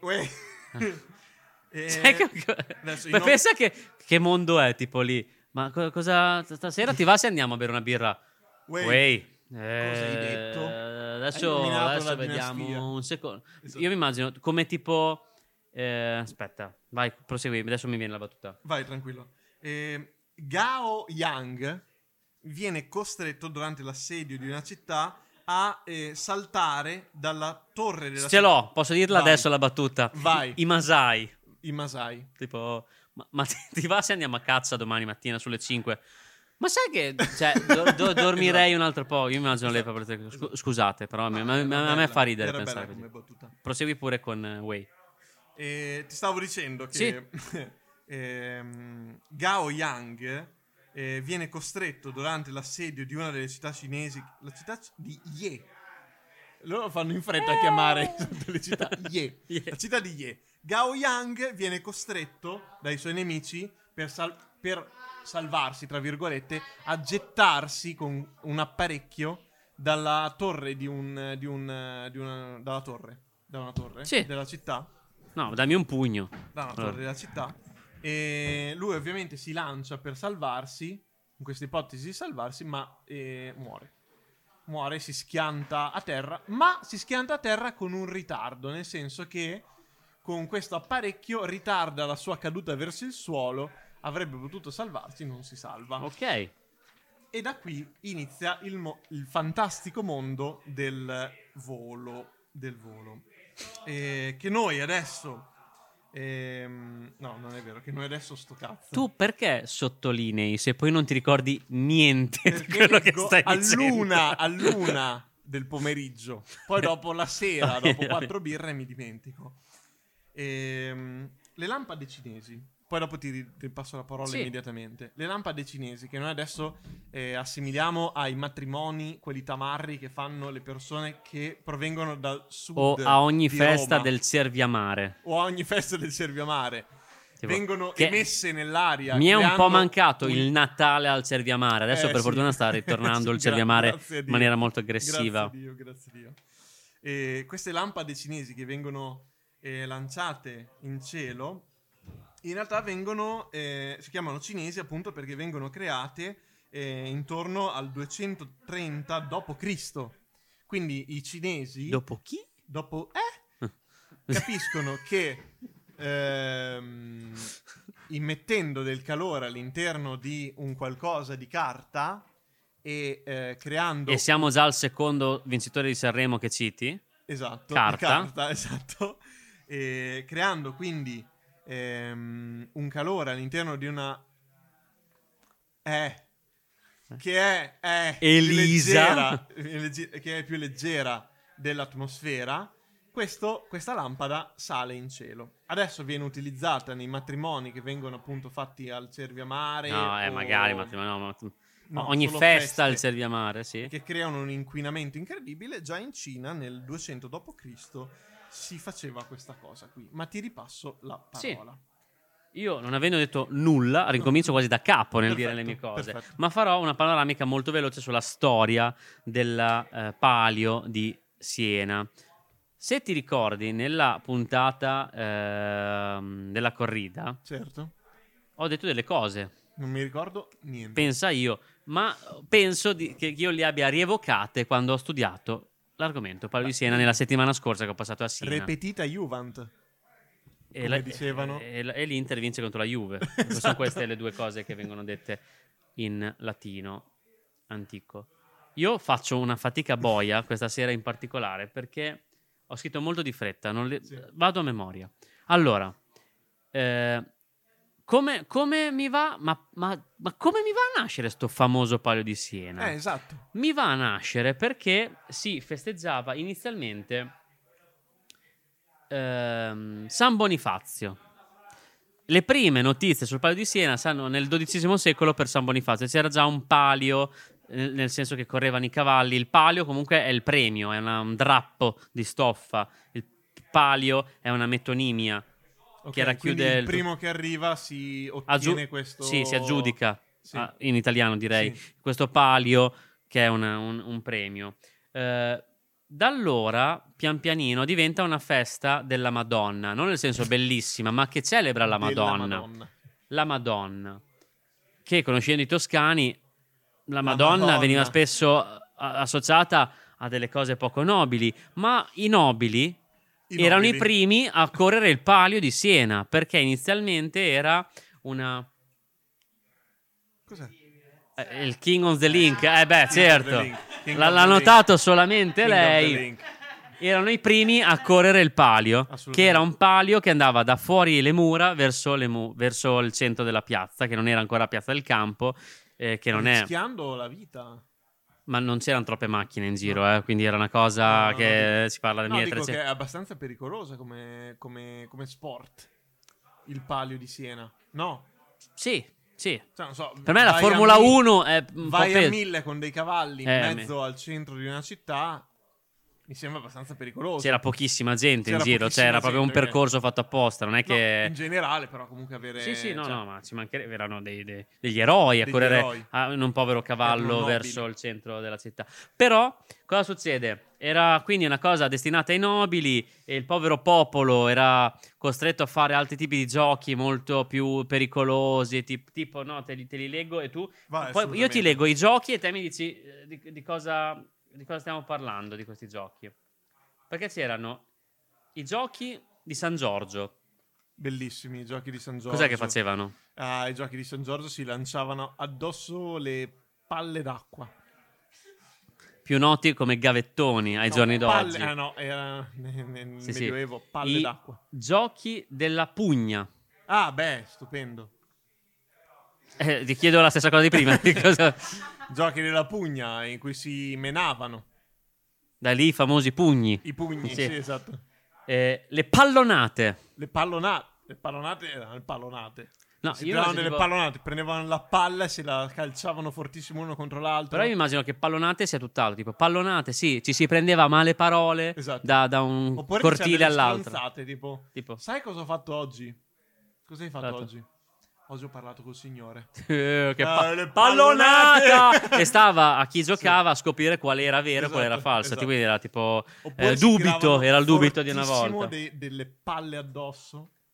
Adesso Pensa che mondo è tipo lì. Ma cosa stasera ti va se andiamo a bere una birra? Wei. Cosa hai detto? Adesso vediamo un secondo. Esatto. Io mi immagino come tipo aspetta, vai, prosegui, adesso mi viene la battuta. Vai, tranquillo. Gao Yang viene costretto durante l'assedio di una città a saltare dalla torre della Ce l'ho, posso dirla Vai. adesso la battuta? Vai. I Masai. I Masai. Tipo, ma ti va se andiamo a caccia domani mattina sulle 5? Ma sai che, cioè, dormirei un altro po'. Io immagino lei proprio. Scusate, però a me fa ridere era pensare bella così. come battuta. Prosegui pure con Wei. Ti stavo dicendo che Gao Yang viene costretto durante l'assedio di una delle città cinesi, la città di Ye. Loro fanno in fretta a chiamare le città Ye. La città di Ye. Gao Yang viene costretto dai suoi nemici per salvarsi, tra virgolette, a gettarsi con un apparecchio dalla torre da una torre Sì. della città. No, dammi un pugno. Da una torre della città. E lui ovviamente si lancia per salvarsi, in questa ipotesi di salvarsi, ma muore. Muore, si schianta a terra, ma si schianta a terra con un ritardo, nel senso che con questo apparecchio ritarda la sua caduta verso il suolo, avrebbe potuto salvarsi, non si salva. Ok. E da qui inizia il fantastico mondo del volo. Che noi adesso... no, non è vero, che noi adesso sto cazzo. Tu perché sottolinei se poi non ti ricordi niente di Perché quello che leggo stai dicendo? all'una del pomeriggio, poi dopo la sera, dopo 4 birre mi dimentico. Le lampade cinesi, poi dopo ti passo la parola immediatamente. Le lampade cinesi che noi adesso assimiliamo ai matrimoni, quelli tamarri che fanno le persone che provengono dal sud O a ogni di festa Roma, del serviamare. o a ogni festa del serviamare. Tipo, Vengono che emesse nell'aria. mi è un po' creando mancato il Natale al serviamare. Adesso per sì. fortuna sta ritornando Sì, il serviamare grazie a in Dio. maniera molto aggressiva. Grazie a Dio. E queste lampade cinesi che vengono lanciate in cielo in realtà vengono, si chiamano cinesi appunto perché vengono create intorno al 230 d.C. Quindi i cinesi... Dopo chi? Capiscono che immettendo del calore all'interno di un qualcosa di carta e creando... E siamo già al secondo vincitore di Sanremo che citi? Esatto. Carta, esatto. E creando quindi un calore all'interno di una... che è Elisa, che è più leggera dell'atmosfera. Questa lampada sale in cielo. Adesso viene utilizzata nei matrimoni che vengono appunto fatti al Cerviamare. No, magari matrimonio, No, ogni solo festa al feste Cerviamare, sì. che creano un inquinamento incredibile. Già in Cina nel 200 d.C. si faceva questa cosa qui. Ma ti ripasso la parola. Io, non avendo detto nulla, ricomincio quasi da capo nel dire le mie cose. Perfetto. Ma farò una panoramica molto veloce sulla storia della Palio di Siena. Se ti ricordi, nella puntata della corrida, Certo. ho detto delle cose. Non mi ricordo niente. Pensa io, ma penso che io le abbia rievocate quando ho studiato l'argomento Palio di Siena nella settimana scorsa che ho passato a Siena. Repetita Juvent. E come dicevano. E l'Inter vince contro la Juve. Esatto. Sono queste le due cose che vengono dette in latino antico. Io faccio una fatica boia questa sera in particolare perché ho scritto molto di fretta, Sì. vado a memoria. Allora, come mi va? Ma come mi va a nascere sto famoso Palio di Siena? Esatto. Mi va a nascere perché si festeggiava inizialmente San Bonifazio. Le prime notizie sul Palio di Siena stanno nel XII secolo per San Bonifazio. C'era già un palio, nel senso che correvano i cavalli. Il palio comunque è il premio, è un drappo di stoffa. Il palio è una metonimia che racchiude il primo che arriva si ottiene questo... Sì, si aggiudica, Sì. in italiano direi, Sì. questo palio che è un premio. Da allora, pian pianino, diventa una festa della Madonna, non nel senso bellissima, ma che celebra la Madonna. La Madonna, che conoscendo i toscani, la Madonna veniva spesso associata a delle cose poco nobili, ma i nobili erano i primi a correre il Palio di Siena, perché inizialmente era una... Cos'è? il King of the Link, certo, King l'ha of the notato solamente King of the lei. Link. Erano i primi a correre il palio, Assolutamente. che era un palio che andava da fuori le mura verso il centro della piazza, che non era ancora Piazza del Campo, che non è... Rischiando la vita. Ma non c'erano troppe macchine in giro, quindi era una cosa No, che si parla del No, dico 1300. che è abbastanza pericolosa come sport. Il Palio di Siena. No? Sì. Cioè, non so, Per me la vai Formula a 1 è un po' vai a peggio. 1000 con dei cavalli in mezzo al centro di una città. Mi sembra abbastanza pericoloso. C'era pochissima gente C'era in giro, pochissima era proprio un gente, percorso fatto apposta, non è No, che... in generale, però, comunque avere. Sì, no, cioè, no, ma ci mancherebbe, erano degli eroi a Degli correre eroi. in un povero cavallo Erano verso nobili. il centro della città. Però, cosa succede? Era quindi una cosa destinata ai nobili e il povero popolo era costretto a fare altri tipi di giochi molto più pericolosi, tipo no, te li leggo e tu... Vai, Poi io ti assolutamente. leggo i giochi e te mi dici di cosa stiamo parlando di questi giochi. Perché c'erano i giochi di San Giorgio. Bellissimi i giochi di San Giorgio. Cos'è che facevano? I giochi di San Giorgio si lanciavano addosso le palle d'acqua. Più noti come gavettoni ai No, giorni d'oggi. no, era nel Sì, sì. Medioevo, palle I d'acqua. giochi della pugna. Ah, beh, stupendo. Ti chiedo la stessa cosa di prima. Di cosa- Giochi della pugna in cui si menavano Da lì i famosi pugni. i pugni, Sì. sì, esatto. Le pallonate. Le pallonate erano le pallonate. No, Si io tiravano invece delle tipo- pallonate, prendevano la palla e se la calciavano fortissimo uno contro l'altro. Però io immagino che pallonate sia tutt'altro. Tipo, pallonate, sì, ci si prendeva a male parole Esatto. da un Oppure cortile delle all'altro. stronzate, tipo, sai cosa ho fatto oggi? Cosa hai fatto Esatto. oggi? Oggi ho parlato col signore. Che le pallonata! E stava a chi giocava a scoprire qual era vero e qual era Esatto, falsa. esatto. Quindi era tipo Oppure si dubito, tiravano era il dubito di una fortissimo volta. delle palle addosso.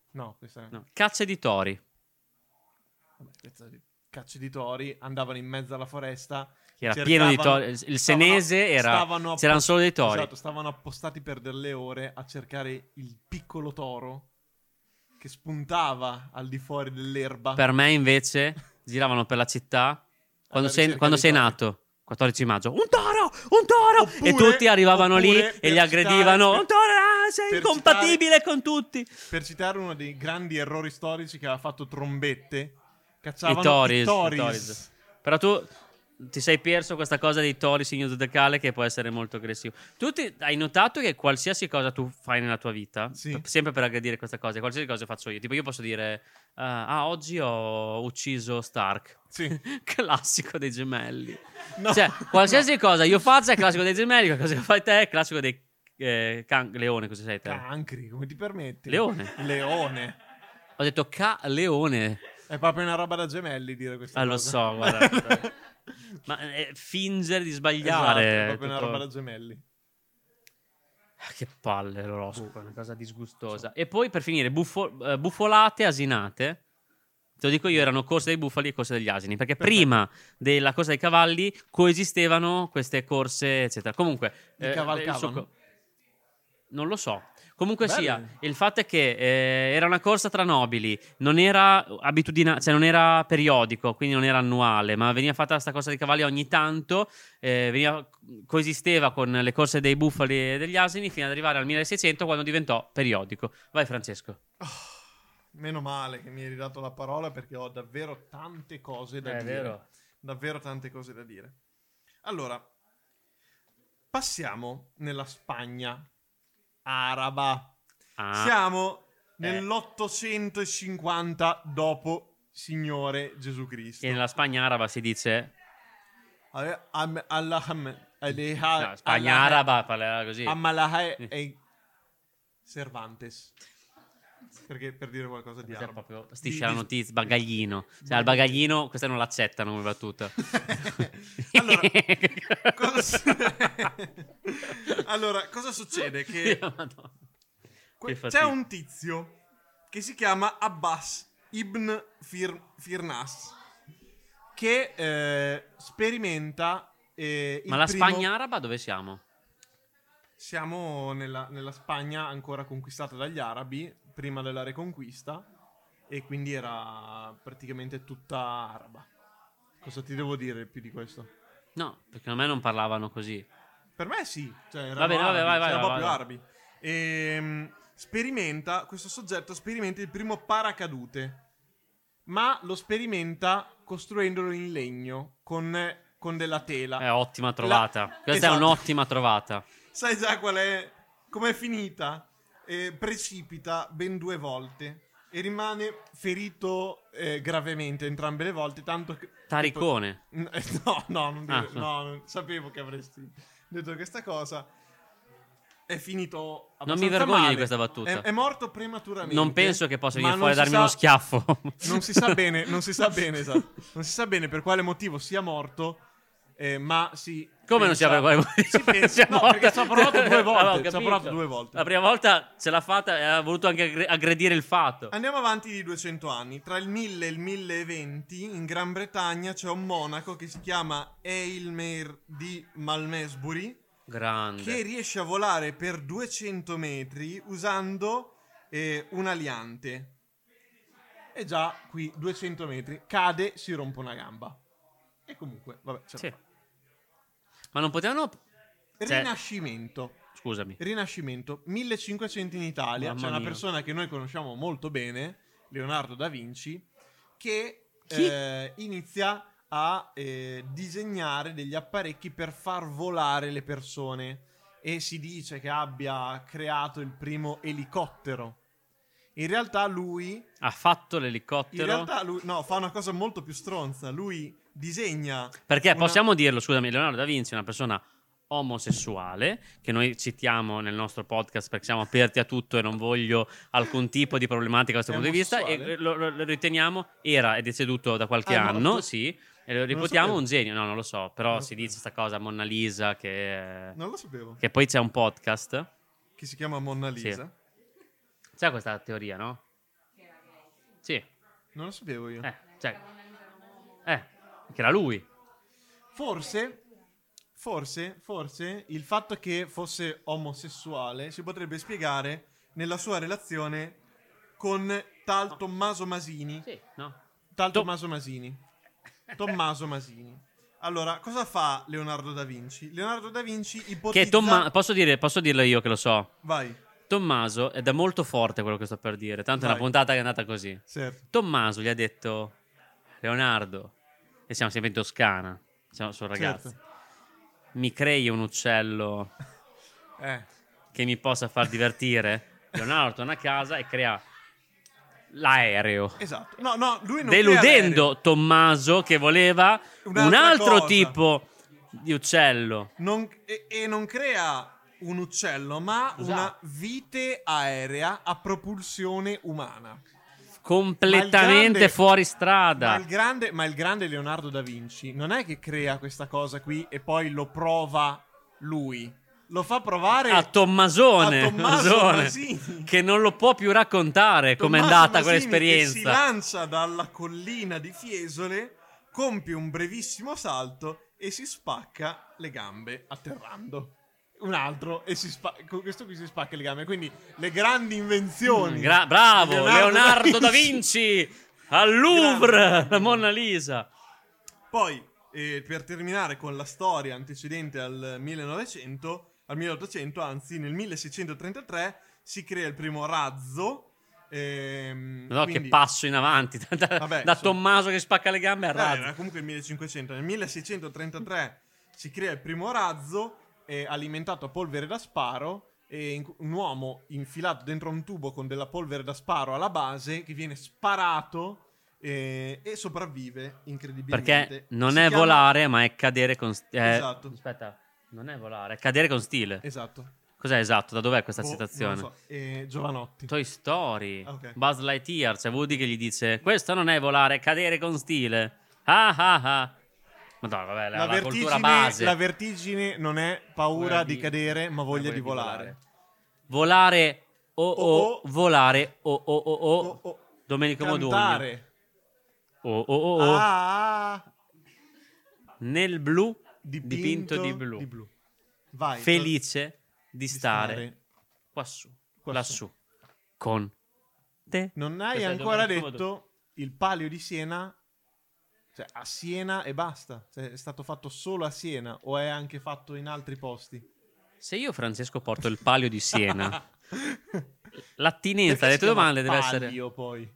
No, questa è... No. Cacce di tori. Vabbè, questa è... Cacce di tori, andavano in mezzo alla foresta... Che era pieno di tori. Il senese era... C'erano solo dei tori. Esatto, stavano appostati per delle ore a cercare il piccolo toro che spuntava al di fuori dell'erba. Per me invece giravano per la città quando sei nato, 14 maggio, un toro! Oppure, e tutti arrivavano lì e li per aggredivano. citare- Un toro, sei per incompatibile con tutti. Per citare uno dei grandi errori storici che aveva fatto Trombette, I cacciavano toris. toris. Però tu ti sei perso questa cosa dei tori signo zodiacale che può essere molto aggressivo. Hai notato che qualsiasi cosa tu fai nella tua vita, Sì. sempre per aggredire queste cose, qualsiasi cosa faccio io, tipo io posso dire oggi ho ucciso Stark. Sì. Classico dei gemelli. No. Cioè, qualsiasi cosa io faccia è classico dei gemelli, qualcosa che fai te è classico dei leone, cosa sei te? Cancri, come ti permetti? Leone. Leone. Ho detto leone. È proprio una roba da gemelli dire questa cosa. Lo so, guarda. Ma fingere di sbagliare. Esatto, è proprio una tipo- roba da gemelli. Che palle l'oroscopo, è una cosa disgustosa. E poi per finire, buffolate asinate. Te lo dico io, erano corse dei bufali e corse degli asini. Perché prima della corsa dei cavalli coesistevano queste corse, eccetera. Comunque, Li cavalcavano? non lo so. Comunque Bello. sia, il fatto è che era una corsa tra nobili, non era cioè non era periodico, quindi non era annuale, ma veniva fatta questa corsa dei cavalli ogni tanto, coesisteva con le corse dei bufali e degli asini fino ad arrivare al 1600 quando diventò periodico. Vai Francesco. Meno male che mi hai ridato la parola perché ho davvero tante cose da È dire. vero. Davvero tante cose da dire. Allora, passiamo nella Spagna araba. Ah, Siamo nell'850 dopo Signore Gesù Cristo. e nella Spagna araba si dice... No, Spagna araba parlerà così. Amalahe e Cervantes. Perché per dire qualcosa di Questa è arabo. proprio striscia la notizia, bagaglino. Cioè, al bagaglino questa non l'accettano come battuta. Allora, allora, cosa succede? Che Madonna. Che c'è fatica. un tizio che si chiama Abbas ibn Firnas che sperimenta Ma la Spagna araba dove siamo? Siamo nella Spagna ancora conquistata dagli arabi prima della Reconquista e quindi era praticamente tutta araba. Cosa ti devo dire più di questo? No, perché a me non parlavano così. Per me sì, cioè erano Va bene, arabi, vai, erano vai, proprio vai. arabi. Questo soggetto sperimenta il primo paracadute, ma lo sperimenta costruendolo in legno con della tela. È ottima trovata. Questa Esatto. è un'ottima trovata. Sai già qual è? Com'è finita? Precipita ben 2 volte e rimane ferito gravemente entrambe le volte, tanto che... Taricone. No, non dire, Ah. no, sapevo che avresti detto questa cosa. È finito Non mi abbastanza vergogno male. di questa battuta. È morto prematuramente. Non penso che possa ma venire fuori a non darmi si uno sa- schiaffo. Non si sa bene, esatto. Non si sa bene per quale motivo sia morto, ma si... Come non si apre quale Si pensa, no, perché ci ha provato 2 volte. Avevo Ci ha capito. provato 2 volte. La prima volta ce l'ha fatta e ha voluto anche aggredire il fatto. Andiamo avanti di 200 anni. Tra il 1000 e il 1020 in Gran Bretagna c'è un monaco che si chiama Eilmer di Malmesbury Grande. che riesce a volare per 200 metri usando un aliante. E già qui 200 metri cade, si rompe una gamba. E comunque, vabbè, ce la Sì. fa. Ma non potevano... cioè- Rinascimento. Scusami. Rinascimento, 1500 in Italia. Mamma C'è una mia. persona che noi conosciamo molto bene, Leonardo da Vinci, che Chi? inizia a disegnare degli apparecchi per far volare le persone e si dice che abbia creato il primo elicottero. In realtà lui Ha fatto l'elicottero. no, fa una cosa molto più stronza. Lui disegna Perché una- possiamo dirlo, scusami, Leonardo da Vinci è una persona omosessuale, che noi citiamo nel nostro podcast perché siamo aperti a tutto e non voglio alcun tipo di problematica da questo È punto di vista, e omosessuale? lo riteniamo, era ed è deceduto da qualche Ah, anno, morto? sì, e lo lo reputiamo sapevo. un genio, no, non lo so, però Non lo si sapevo. dice sta cosa Monna Lisa che Non lo sapevo. che poi c'è un podcast, Che si chiama Monna Lisa. c'è questa teoria, no? Sì. Non lo sapevo io. Cioè, che era lui. Forse il fatto che fosse omosessuale si potrebbe spiegare nella sua relazione con tal Tommaso Masini. Sì, no. Tommaso Masini. Allora, cosa fa Leonardo da Vinci? Leonardo da Vinci ipotizza... Posso dirlo io che lo so. Vai. Tommaso, ed è molto forte quello che sto per dire, tanto è una puntata che è andata così. Certo. Tommaso gli ha detto: Leonardo, e siamo sempre in Toscana, sono ragazzi, Certo. mi crei un uccello che mi possa far divertire? Leonardo torna a casa e crea l'aereo. Esatto. No, lui non deludendo Tommaso che voleva un altro cosa. Tipo di uccello. Non crea un uccello, ma una vite aerea a propulsione umana. Completamente fuori strada. Ma il grande Leonardo da Vinci non è che crea questa cosa qui e poi lo prova lui. Lo fa provare a Tommasone Masini, che non lo può più raccontare com'è andata quell'esperienza. Che si lancia dalla collina di Fiesole, compie un brevissimo salto e si spacca le gambe atterrando. Un altro e questo qui si spacca le gambe. Quindi le grandi invenzioni. Bravo, Leonardo da Vinci al Louvre, la Mona Lisa. Poi, per terminare con la storia antecedente al 1800, anzi, nel 1633 si crea il primo razzo. Che passo in avanti da Tommaso che spacca le gambe al razzo. Era comunque il 1500. Nel 1633 si crea il primo razzo alimentato a polvere da sparo, e un uomo infilato dentro un tubo con della polvere da sparo alla base che viene sparato e sopravvive incredibilmente. Perché non è volare, ma è cadere con esatto. Aspetta, non è volare, è cadere con stile. Esatto. Cos'è esatto? Da dov'è questa citazione? Non lo so. Giovanotti. Toy Story. Okay. Buzz Lightyear, c'è Woody che gli dice: questo non è volare, è cadere con stile. Ah ah ah. Madonna, vabbè, la cultura base. La vertigine non è paura di cadere, ma voglia di volare. Volare, volare, Domenico Modugno. Nel blu, dipinto di blu. Vai, felice di stare quassù, lassù, con te. Non hai ancora detto il Palio di Siena. Cioè, a Siena e basta. Cioè, è stato fatto solo a Siena o è anche fatto in altri posti? Se io, Francesco, porto il Palio di Siena, l'attinenza alle tue domande deve essere... Palio, poi.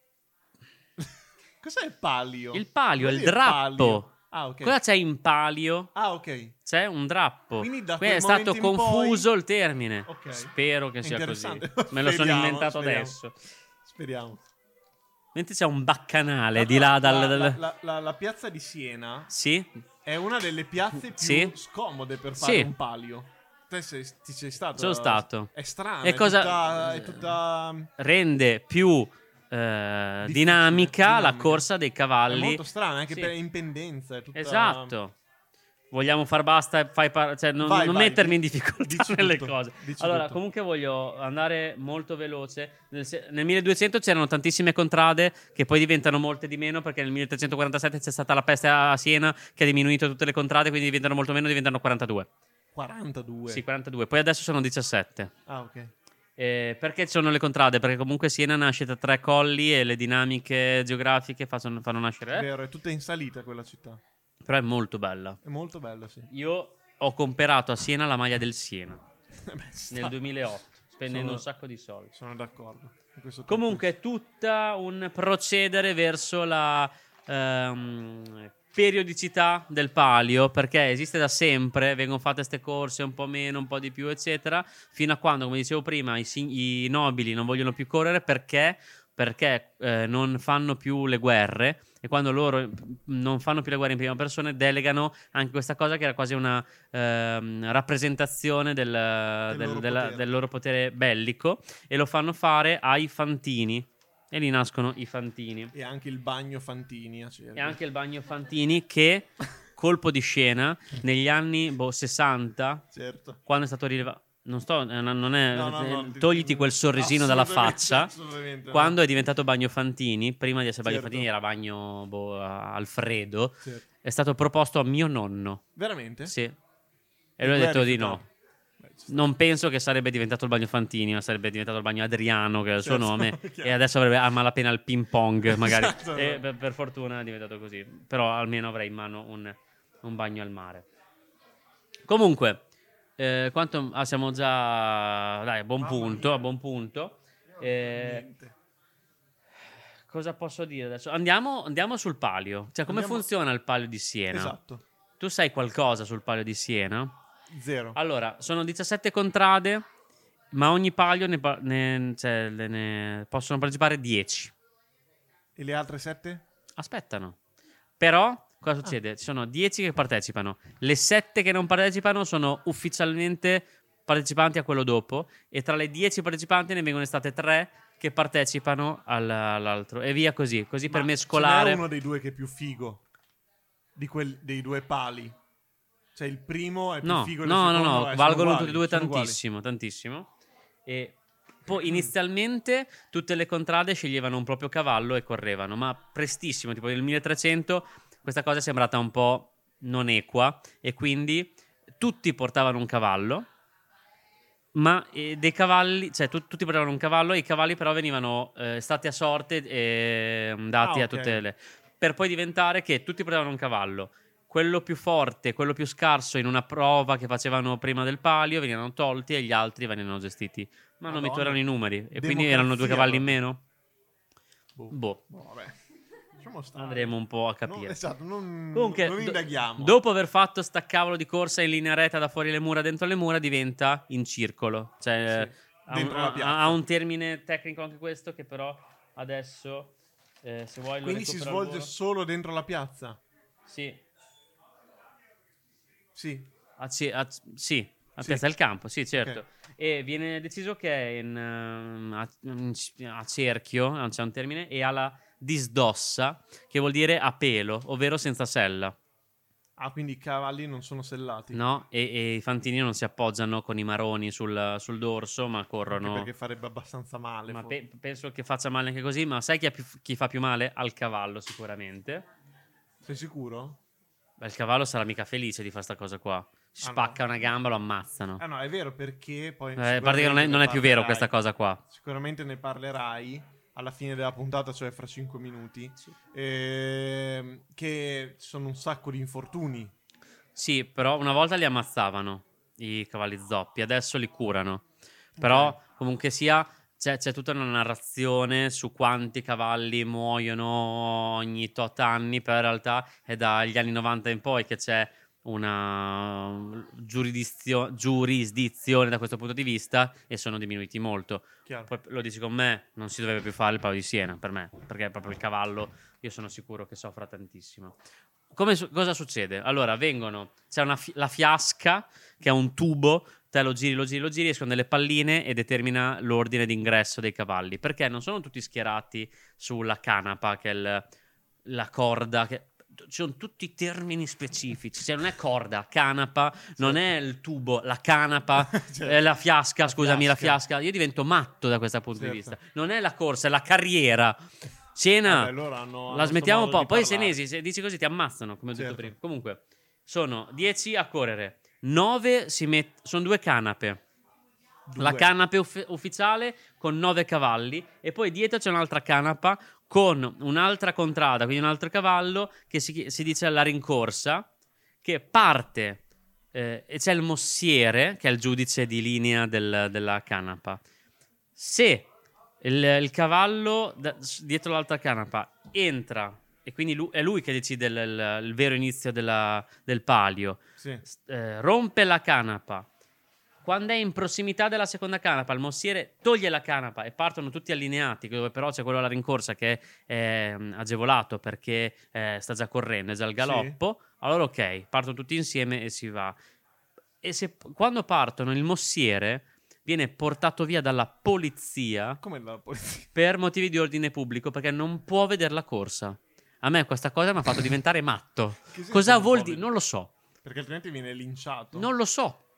Cos'è il palio? Il palio è il drappo. Ah, ok. Cosa c'è in palio? Ah, ok. C'è un drappo. Quindi da è stato confuso poi... il termine. Okay. Spero che sia così. Me lo speriamo, sono inventato adesso. Speriamo. Mentre c'è un baccanale di là la piazza di Siena, sì, è una delle piazze più scomode per fare un palio. Te ti sei stato? Sono stato. È strano. È tutta... Rende più dinamica la corsa dei cavalli. È molto strano, anche per impendenza. È tutta... Esatto. Vogliamo far basta e non mettermi in difficoltà nelle cose. Allora, comunque voglio andare molto veloce. Nel 1200 c'erano tantissime contrade che poi diventano molte di meno, perché nel 1347 c'è stata la peste a Siena che ha diminuito tutte le contrade, quindi diventano molto meno, diventano 42. 42? Sì, 42. Poi adesso sono 17. Ah, ok. Perché ci sono le contrade? Perché comunque Siena nasce da 3 colli e le dinamiche geografiche fanno nascere... È vero, è tutta in salita quella città. Però è molto bella. È molto bella, sì. Io ho comprato a Siena la maglia del Siena nel 2008, spendendo un sacco di soldi. Sono d'accordo. Comunque è tutta un procedere verso la periodicità del palio, perché esiste da sempre, vengono fatte queste corse un po' meno, un po' di più, eccetera, fino a quando, come dicevo prima, i nobili non vogliono più correre perché non fanno più le guerre, e quando loro non fanno più le guerre in prima persona delegano anche questa cosa, che era quasi una rappresentazione del loro potere bellico, e lo fanno fare ai fantini, e lì nascono i fantini. E anche il bagno Fantini a Cervia. E anche il bagno Fantini, che colpo di scena negli anni 60, certo, quando è stato rilevato. non sto, non è, No, togliti quel sorrisino dalla faccia. Assolutamente. Quando è diventato Bagno Fantini, prima di essere Bagno Certo. Fantini era Bagno Alfredo, Certo. è stato proposto a mio nonno. Veramente? Sì. E E lui ha lui ha detto di rifiutato. no. Beh, ci sta. Non penso che sarebbe diventato il Bagno Fantini, ma sarebbe diventato il Bagno Adriano, che è il suo Certo, nome. chiaro. E adesso avrebbe a malapena il ping pong, magari. Esatto. E per fortuna è diventato così. Però almeno avrei in mano un bagno al mare. Comunque, quanto siamo già. Dai, a buon Mamma punto. mia. A buon punto. Niente. Cosa posso dire adesso? Andiamo sul palio. Cioè, come Andiamo- funziona il palio di Siena? Esatto. Tu sai qualcosa sul palio di Siena? 0. Allora, sono 17 contrade, ma ogni palio ne possono partecipare 10. E le altre 7? Aspettano. Però, cosa succede? Ci sono 10 che partecipano. Le 7 che non partecipano sono ufficialmente partecipanti a quello dopo. E tra le 10 partecipanti ne vengono state 3 che partecipano all'altro. E via così. Così per mescolare. C'è uno dei due che è più figo dei due pali. Cioè il primo è più No, figo del no, secondo. no, sono valgono uguali, tutti e due sono uguali. tantissimo, tantissimo. E poi inizialmente tutte le contrade sceglievano un proprio cavallo e correvano, ma prestissimo, tipo nel 1300 questa cosa è sembrata un po' non equa e quindi tutti portavano un cavallo, ma dei cavalli, cioè tutti portavano un cavallo e i cavalli però venivano stati a sorte e dati Ah, a ok. tutte le... Per poi diventare che tutti portavano un cavallo. Quello più forte, quello più scarso in una prova che facevano prima del palio venivano tolti e gli altri venivano gestiti. Ma non mi Madonna. tornano i numeri. E quindi Democrazia erano 2 cavalli in proprio. meno? Boh. Vabbè. Lasciamo stare. Andremo un po' a No, capire. esatto, Comunque, non indaghiamo. dopo aver fatto sta cavolo di corsa in linea retta da fuori le mura dentro le mura, diventa in circolo. Cioè, Sì, ha, dentro la piazza. ha un termine tecnico anche questo che però adesso, se vuoi, lo Quindi si recupero al svolge volo. solo dentro la piazza? Sì. Sì. Sì, a Sì. Piazza del Campo, sì, certo. Ok. E viene deciso che è a cerchio, non c'è un termine, e alla disdossa, che vuol dire a pelo, ovvero senza sella, Ah, quindi i cavalli non sono sellati? no? E i fantini non si appoggiano con i maroni sul dorso, ma Anche corrono. perché farebbe abbastanza male. Ma forse. penso che faccia male anche così, ma sai chi fa più male? Al cavallo, sicuramente. Sei sicuro? Beh, il cavallo sarà mica felice di fare sta cosa qua. Si Ah, spacca no. una gamba, lo ammazzano. Ah no, è vero perché poi... A parte che non è più vero questa cosa qua. Sicuramente ne parlerai alla fine della puntata, cioè fra 5 minuti. Sì. Che ci sono un sacco di infortuni. Sì, però una volta li ammazzavano i cavalli zoppi, adesso li curano. Però comunque sia c'è tutta una narrazione su quanti cavalli muoiono ogni tot anni, però in realtà è dagli anni 90 in poi che c'è una giurisdizione da questo punto di vista e sono diminuiti molto. Chiaro. Poi lo dici con me, non si dovrebbe più fare il Palio di Siena per me, perché è proprio il cavallo, io sono sicuro che soffra tantissimo. Cosa succede? Allora, c'è la fiasca che è un tubo, te lo giri, escono delle palline e determina l'ordine d'ingresso dei cavalli, perché non sono tutti schierati sulla canapa, che è la corda, ci sono tutti i termini specifici, cioè non è corda, canapa, non è il tubo, la canapa, la fiasca, scusami, la fiasca. Io divento matto da questo punto di Certo. vista. Non è la corsa, è la carriera. Siena, Vabbè, loro hanno la smettiamo un sto po'. modo Poi i di parlare. senesi, se dici così, ti ammazzano, come ho detto Certo. prima. Comunque, sono 10 a correre, 9 sono 2 canape. La Due. canapa ufficiale con 9 cavalli e poi dietro c'è un'altra canapa con un'altra contrada, quindi un altro cavallo che si dice la rincorsa, che parte e c'è il mossiere che è il giudice di linea della canapa. Se il cavallo dietro l'altra canapa entra e quindi è lui che decide il vero inizio del palio, Sì. rompe la canapa. Quando è in prossimità della seconda canapa, il mossiere toglie la canapa e partono tutti allineati, dove però c'è quello alla rincorsa che è agevolato perché sta già correndo, è già al galoppo. Allora ok, partono tutti insieme e si va. E quando partono il mossiere viene portato via dalla polizia Come la polizia? per motivi di ordine pubblico, perché non può vedere la corsa. A me questa cosa mi ha fatto diventare matto. Che senso Cosa non vuol può dire? vedere? Non lo so. Perché altrimenti viene linciato. Non lo so.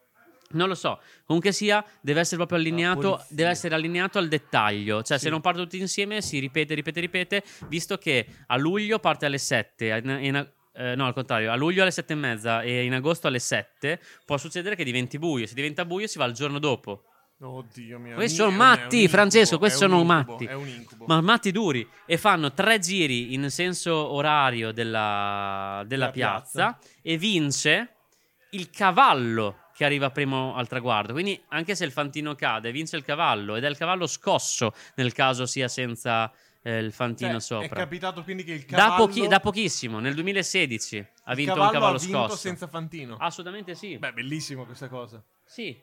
Non lo so, comunque sia, deve essere proprio allineato, polizia. deve essere allineato al dettaglio. Cioè, Sì. se non partono tutti insieme, si ripete, visto che a luglio parte alle 7, no, al contrario, a luglio alle 7:30 e in agosto alle 7, può succedere che diventi buio. Se diventa buio si va il giorno dopo. Oddio mio. Questi sono è un matti, incubo, Francesco, questi è un sono incubo, matti. È un incubo. Ma matti duri. E fanno 3 giri in senso orario della piazza e vince il cavallo che arriva primo al traguardo. Quindi anche se il fantino cade, vince il cavallo ed è il cavallo scosso nel caso sia senza il fantino Cioè, sopra. È capitato quindi che il cavallo Da pochissimo, nel 2016 ha vinto un cavallo cavallo ha vinto scosso. senza fantino. Assolutamente sì. Beh, bellissimo questa cosa. Sì,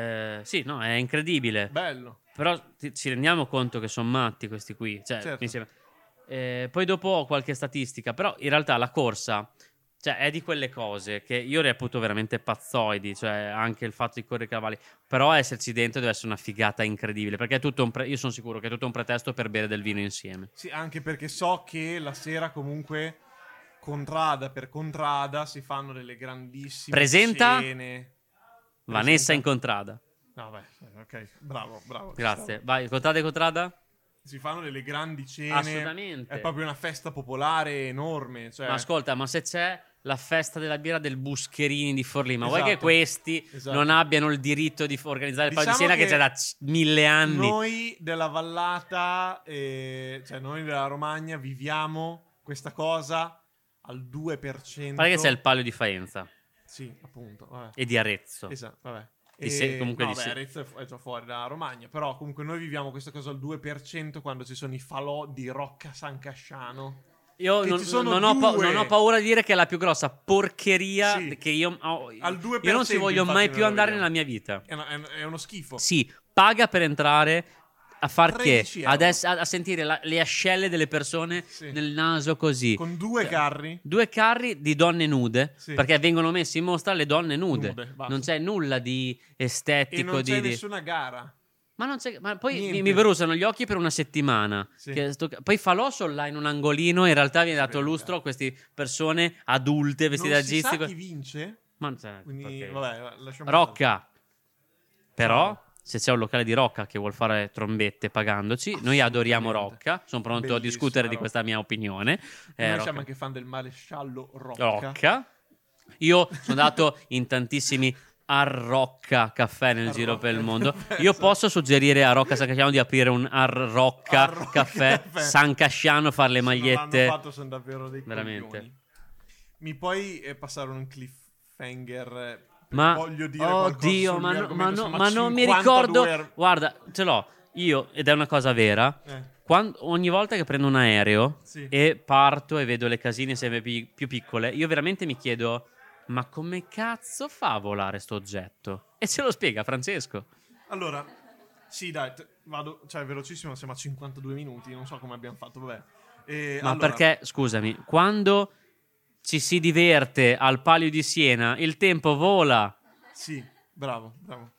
sì, no, è incredibile. Bello. Però ci rendiamo conto che sono matti questi qui. Cioè, Certo. mi sembra. Poi dopo ho qualche statistica, però in realtà la corsa, cioè, è di quelle cose che io reputo veramente pazzoidi, cioè anche il fatto di correre i cavalli, però esserci dentro deve essere una figata incredibile, perché è tutto io sono sicuro che è tutto un pretesto per bere del vino insieme. Sì, anche perché so che la sera comunque contrada per contrada si fanno delle grandissime Presenta scene. Vanessa in contrada. No, beh, ok, bravo. Grazie. Vai, contrada? Si fanno delle grandi cene. Assolutamente. È proprio una festa popolare enorme. Cioè... Ma ascolta, ma se c'è la festa della birra del Buscherini di Forlì, ma vuoi che Esatto. questi Esatto. non abbiano il diritto di organizzare il Palio di Diciamo Siena che c'è da 1000 anni? Noi della Vallata, cioè noi della Romagna, viviamo questa cosa al 2%. Pare che c'è il Palio di Faenza Sì, appunto. Vabbè. e di Arezzo. Esatto, vabbè. Comunque no, di beh, sì. Arezzo è già fuori dalla Romagna, però comunque noi viviamo questa cosa al 2% quando ci sono i falò di Rocca San Casciano. Io Che non, ci sono non ho due. non ho paura di dire che è la più grossa porcheria Sì. che io ho. Al 2% Io non ci voglio infatti mai noi più lo andare vediamo. nella mia vita. È uno schifo. Sì, paga per entrare a far che? 13 A sentire le ascelle delle persone Sì. nel naso così. Con 2 carri. 2 carri di donne nude, Sì. perché vengono messi in mostra le donne nude. Nude, basta. Non c'è nulla di E estetico. non c'è di... nessuna gara. Ma non c'è. Ma poi Niente. mi bruciano gli occhi per una settimana. Sì. Poi falò solo là in un angolino. In realtà viene dato vede, lustro a queste persone adulte vestite Non da si sa gisti. chi vince. Ma cioè, Quindi, ok. vabbè, lasciamo Rocca. Però, Ciao. se c'è un locale di Rocca che vuol fare trombette pagandoci, noi adoriamo Assolutamente. Rocca. Sono pronto a Bellissima discutere di Rocca. questa mia opinione. Noi Rocca. siamo anche fan del maresciallo Rocca. Rocca. Io sono andato in tantissimi Arrocca caffè nel giro Arrocca per il mondo. caffè, Io esatto. posso suggerire a Rocca San Casciano di aprire un Arrocca Arrocca caffè caffè. San Casciano, fare le Se non magliette. l'hanno fatto sono davvero dei Veramente. coglioni. Mi puoi passare un cliffhanger? Ma Voglio dire qualcosa oddio, sul ma, mio no- argomento, sono ma non mi 52 ricordo. Guarda, ce l'ho io ed è una cosa vera. Ogni volta che prendo un aereo Sì. e parto e vedo le casine sempre più piccole, io veramente mi chiedo: ma come cazzo fa a volare sto oggetto? E ce lo spiega Francesco. Allora, sì, dai, vado, cioè velocissimo, siamo a 52 minuti, non so come abbiamo fatto, vabbè. Ma Allora, perché, scusami, quando ci si diverte al Palio di Siena, il tempo vola. Sì, bravo.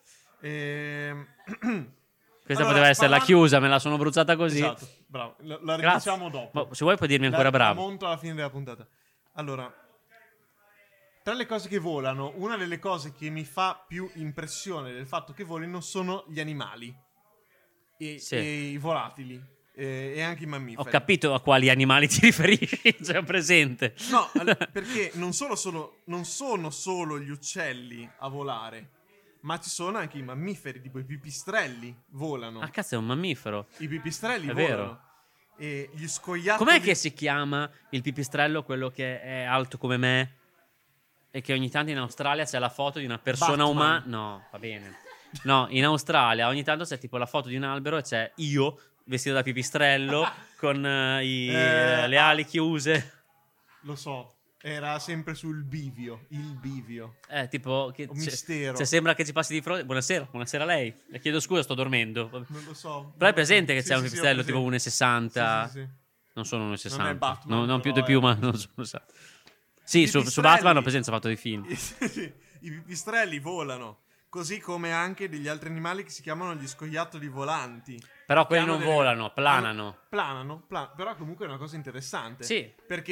Questa Allora, poteva essere la parlando- chiusa, me la sono bruciata così. Esatto, bravo. La Grazie. ridiciamo dopo. Ma se vuoi puoi dirmi ancora La bravo. monto alla fine della puntata. Allora, tra le cose che volano, una delle cose che mi fa più impressione del fatto che volino sono gli animali e, Sì. e i volatili e anche i mammiferi. Ho capito a quali animali ti riferisci, cioè ho presente. No, perché non sono solo gli uccelli a volare, ma ci sono anche i mammiferi, tipo i pipistrelli volano. Ah, cazzo, è un mammifero. I pipistrelli È volano. vero. E gli scoiattoli. Com'è che si chiama il pipistrello, quello che è alto come me e che ogni tanto in Australia c'è la foto di una persona Batman. umana? No, va bene. No, in Australia ogni tanto c'è tipo la foto di un albero e c'è io vestito da pipistrello con le ali chiuse. Lo so, era sempre sul bivio, il bivio. Tipo che Un mistero. sembra che ci passi di fronte. Buonasera a lei. Le chiedo scusa, sto dormendo. Non lo so. Però è presente che Sì, c'è un sì, pipistrello sì, tipo ho 1,60. presente. Sì, sì, Non sono 1,60. Non è Batman, non più però di più, è- ma non sono 1,60. Sì, I su pipistrelli- Batman ho presenza fatto di film. sì. I pipistrelli volano, così come anche degli altri animali che si chiamano gli scoiattoli volanti. Però Che quelli hanno non delle- volano, planano. Planano, però comunque è una cosa interessante. Sì. Perché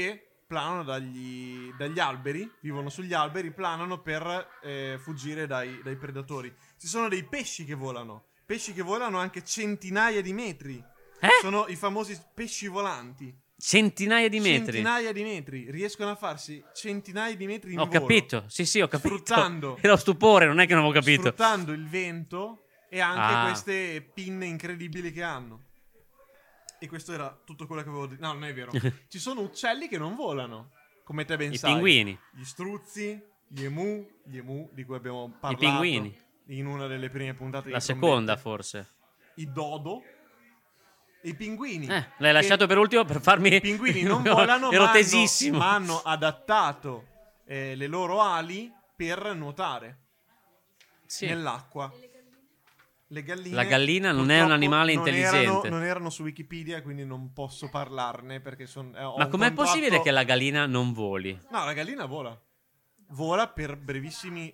planano dagli alberi, vivono sugli alberi, planano per fuggire dai predatori. Ci sono dei pesci che volano anche centinaia di metri. Sono i famosi pesci volanti. Centinaia di metri. Centinaia di metri. Riescono a farsi centinaia di metri in Ho volo. capito. Sì, ho capito. Sfruttando. Era stupore, non è che non avevo capito. Sfruttando il vento e anche queste pinne incredibili che hanno. E questo era tutto quello che avevo detto. No, non è vero. Ci sono uccelli che non volano, come te ben sai. I pinguini. Gli struzzi, gli emu di cui abbiamo parlato. I pinguini. In una delle prime puntate. La seconda, forse. I dodo. E i pinguini. L'hai lasciato per ultimo per farmi... I pinguini non volano, ero tesissimo. ma hanno adattato le loro ali per nuotare nell'acqua. Le galline, la gallina non è un animale intelligente. Non erano su Wikipedia, quindi non posso parlarne perché ma com'è possibile che la gallina non voli? No, la gallina vola. Vola per brevissimi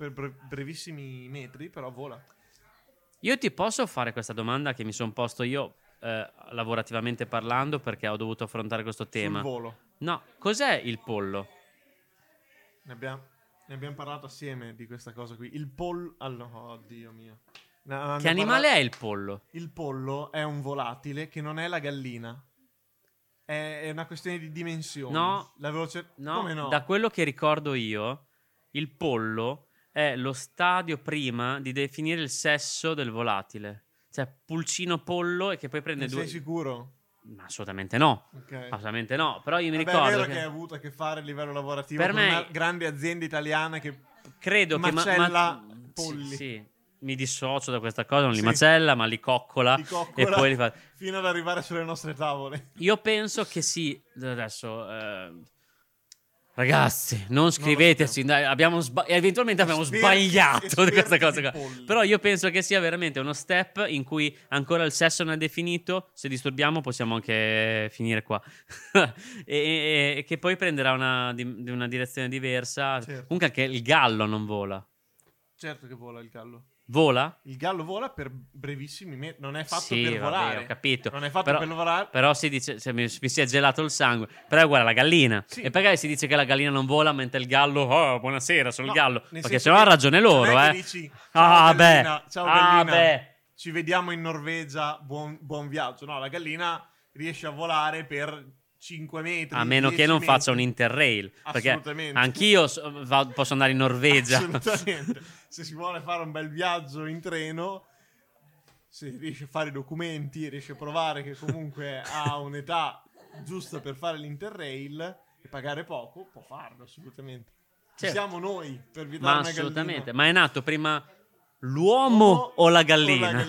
metri, però vola. Io ti posso fare questa domanda che mi sono posto io lavorativamente parlando, perché ho dovuto affrontare questo tema. Sul volo. No, cos'è il pollo? Ne abbiamo parlato assieme di questa cosa qui. Il pollo... Oh, Dio mio. Che animale è il pollo? Il pollo è un volatile che non è la gallina. È una questione di dimensioni. No, Come no? Da quello che ricordo io, il pollo è lo stadio prima di definire il sesso del volatile. Cioè, pulcino pollo e che poi prende due... Sei sicuro? Ma assolutamente no. Okay. Assolutamente no. Però io mi ricordo è vero che hai avuto a che fare a livello lavorativo per con me... una grande azienda italiana che credo macella polli. Sì. Mi dissocio da questa cosa, non li macella, ma li coccola e poi li fa... fino ad arrivare sulle nostre tavole. Io penso che sì. Adesso... Ragazzi, non scriveteci, eventualmente abbiamo sbagliato di questa cosa qua. Però io penso che sia veramente uno step in cui ancora il sesso non è definito. Se disturbiamo possiamo anche finire qua. e che poi prenderà una direzione diversa. Certo. Comunque anche il gallo non vola. Certo che vola il gallo. Vola? Il gallo vola per brevissimi metri. Non è fatto sì, per volare. Ho capito. Non è fatto per volare. Però si dice, cioè, mi si è gelato il sangue. Però è uguale alla gallina. Sì. E perché si dice che la gallina non vola mentre il gallo, buonasera, sono il gallo. Perché se no ha ragione loro, non è che dici, ciao gallina, ciao gallina. Ci vediamo in Norvegia, buon viaggio. No, la gallina riesce a volare per 5 metri. A meno che non faccia un interrail. Perché anch'io posso andare in Norvegia. Assolutamente. Se si vuole fare un bel viaggio in treno, se riesce a fare i documenti, riesce a provare che comunque ha un'età giusta per fare l'interrail e pagare poco, può farlo assolutamente. Certo. Ci siamo noi per vietare una gallina. Assolutamente. Ma è nato prima l'uomo o la gallina?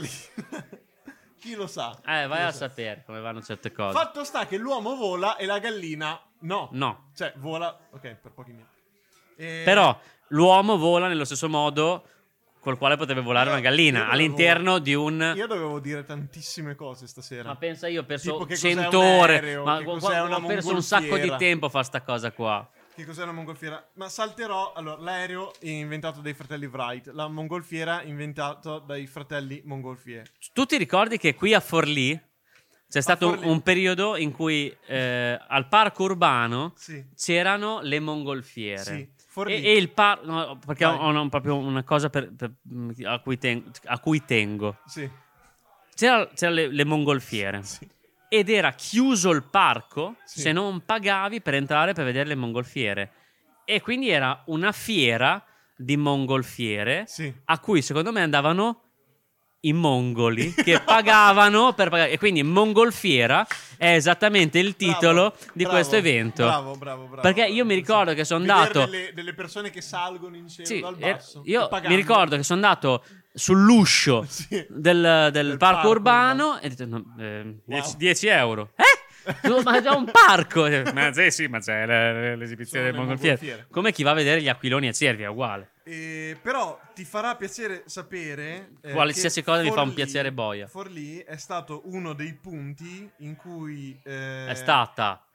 Chi lo sa? Vai a sapere come vanno certe cose. Fatto sta che l'uomo vola e la gallina no. No. Cioè vola, ok, per pochi metri. Però l'uomo vola nello stesso modo col quale potrebbe volare una gallina all'interno di un... Io dovevo dire tantissime cose stasera. Ma pensa, io ho perso tipo 100 ore. Aereo, ma ho perso un sacco di tempo a fare sta cosa qua. Che cos'è una mongolfiera? Ma salterò. Allora, l'aereo è inventato dai fratelli Wright. La mongolfiera è inventata dai fratelli Mongolfier. Tu ti ricordi che qui a Forlì c'è stato un periodo in cui al parco urbano c'erano le mongolfiere. Sì. E il parco... No, perché ho proprio una cosa a cui tengo. Sì. C'erano le mongolfiere. Sì. Ed era chiuso il parco se non pagavi per entrare per vedere le mongolfiere. E quindi era una fiera di mongolfiere a cui secondo me andavano i mongoli che pagavano per pagare. E quindi mongolfiera è esattamente il titolo di questo evento. Bravo. Perché io mi ricordo che sono andato delle persone che salgono in cielo dal basso. Io mi ricordo che sono andato sull'uscio del parco urbano e ho detto 10 euro. Ma è un parco. Ma c'è l'esibizione delle mongolfiere. Come chi va a vedere gli aquiloni e cervi, è uguale. Però ti farà piacere sapere qualsiasi cosa mi fa un piacere boia. Forlì è stato uno dei punti in cui è stata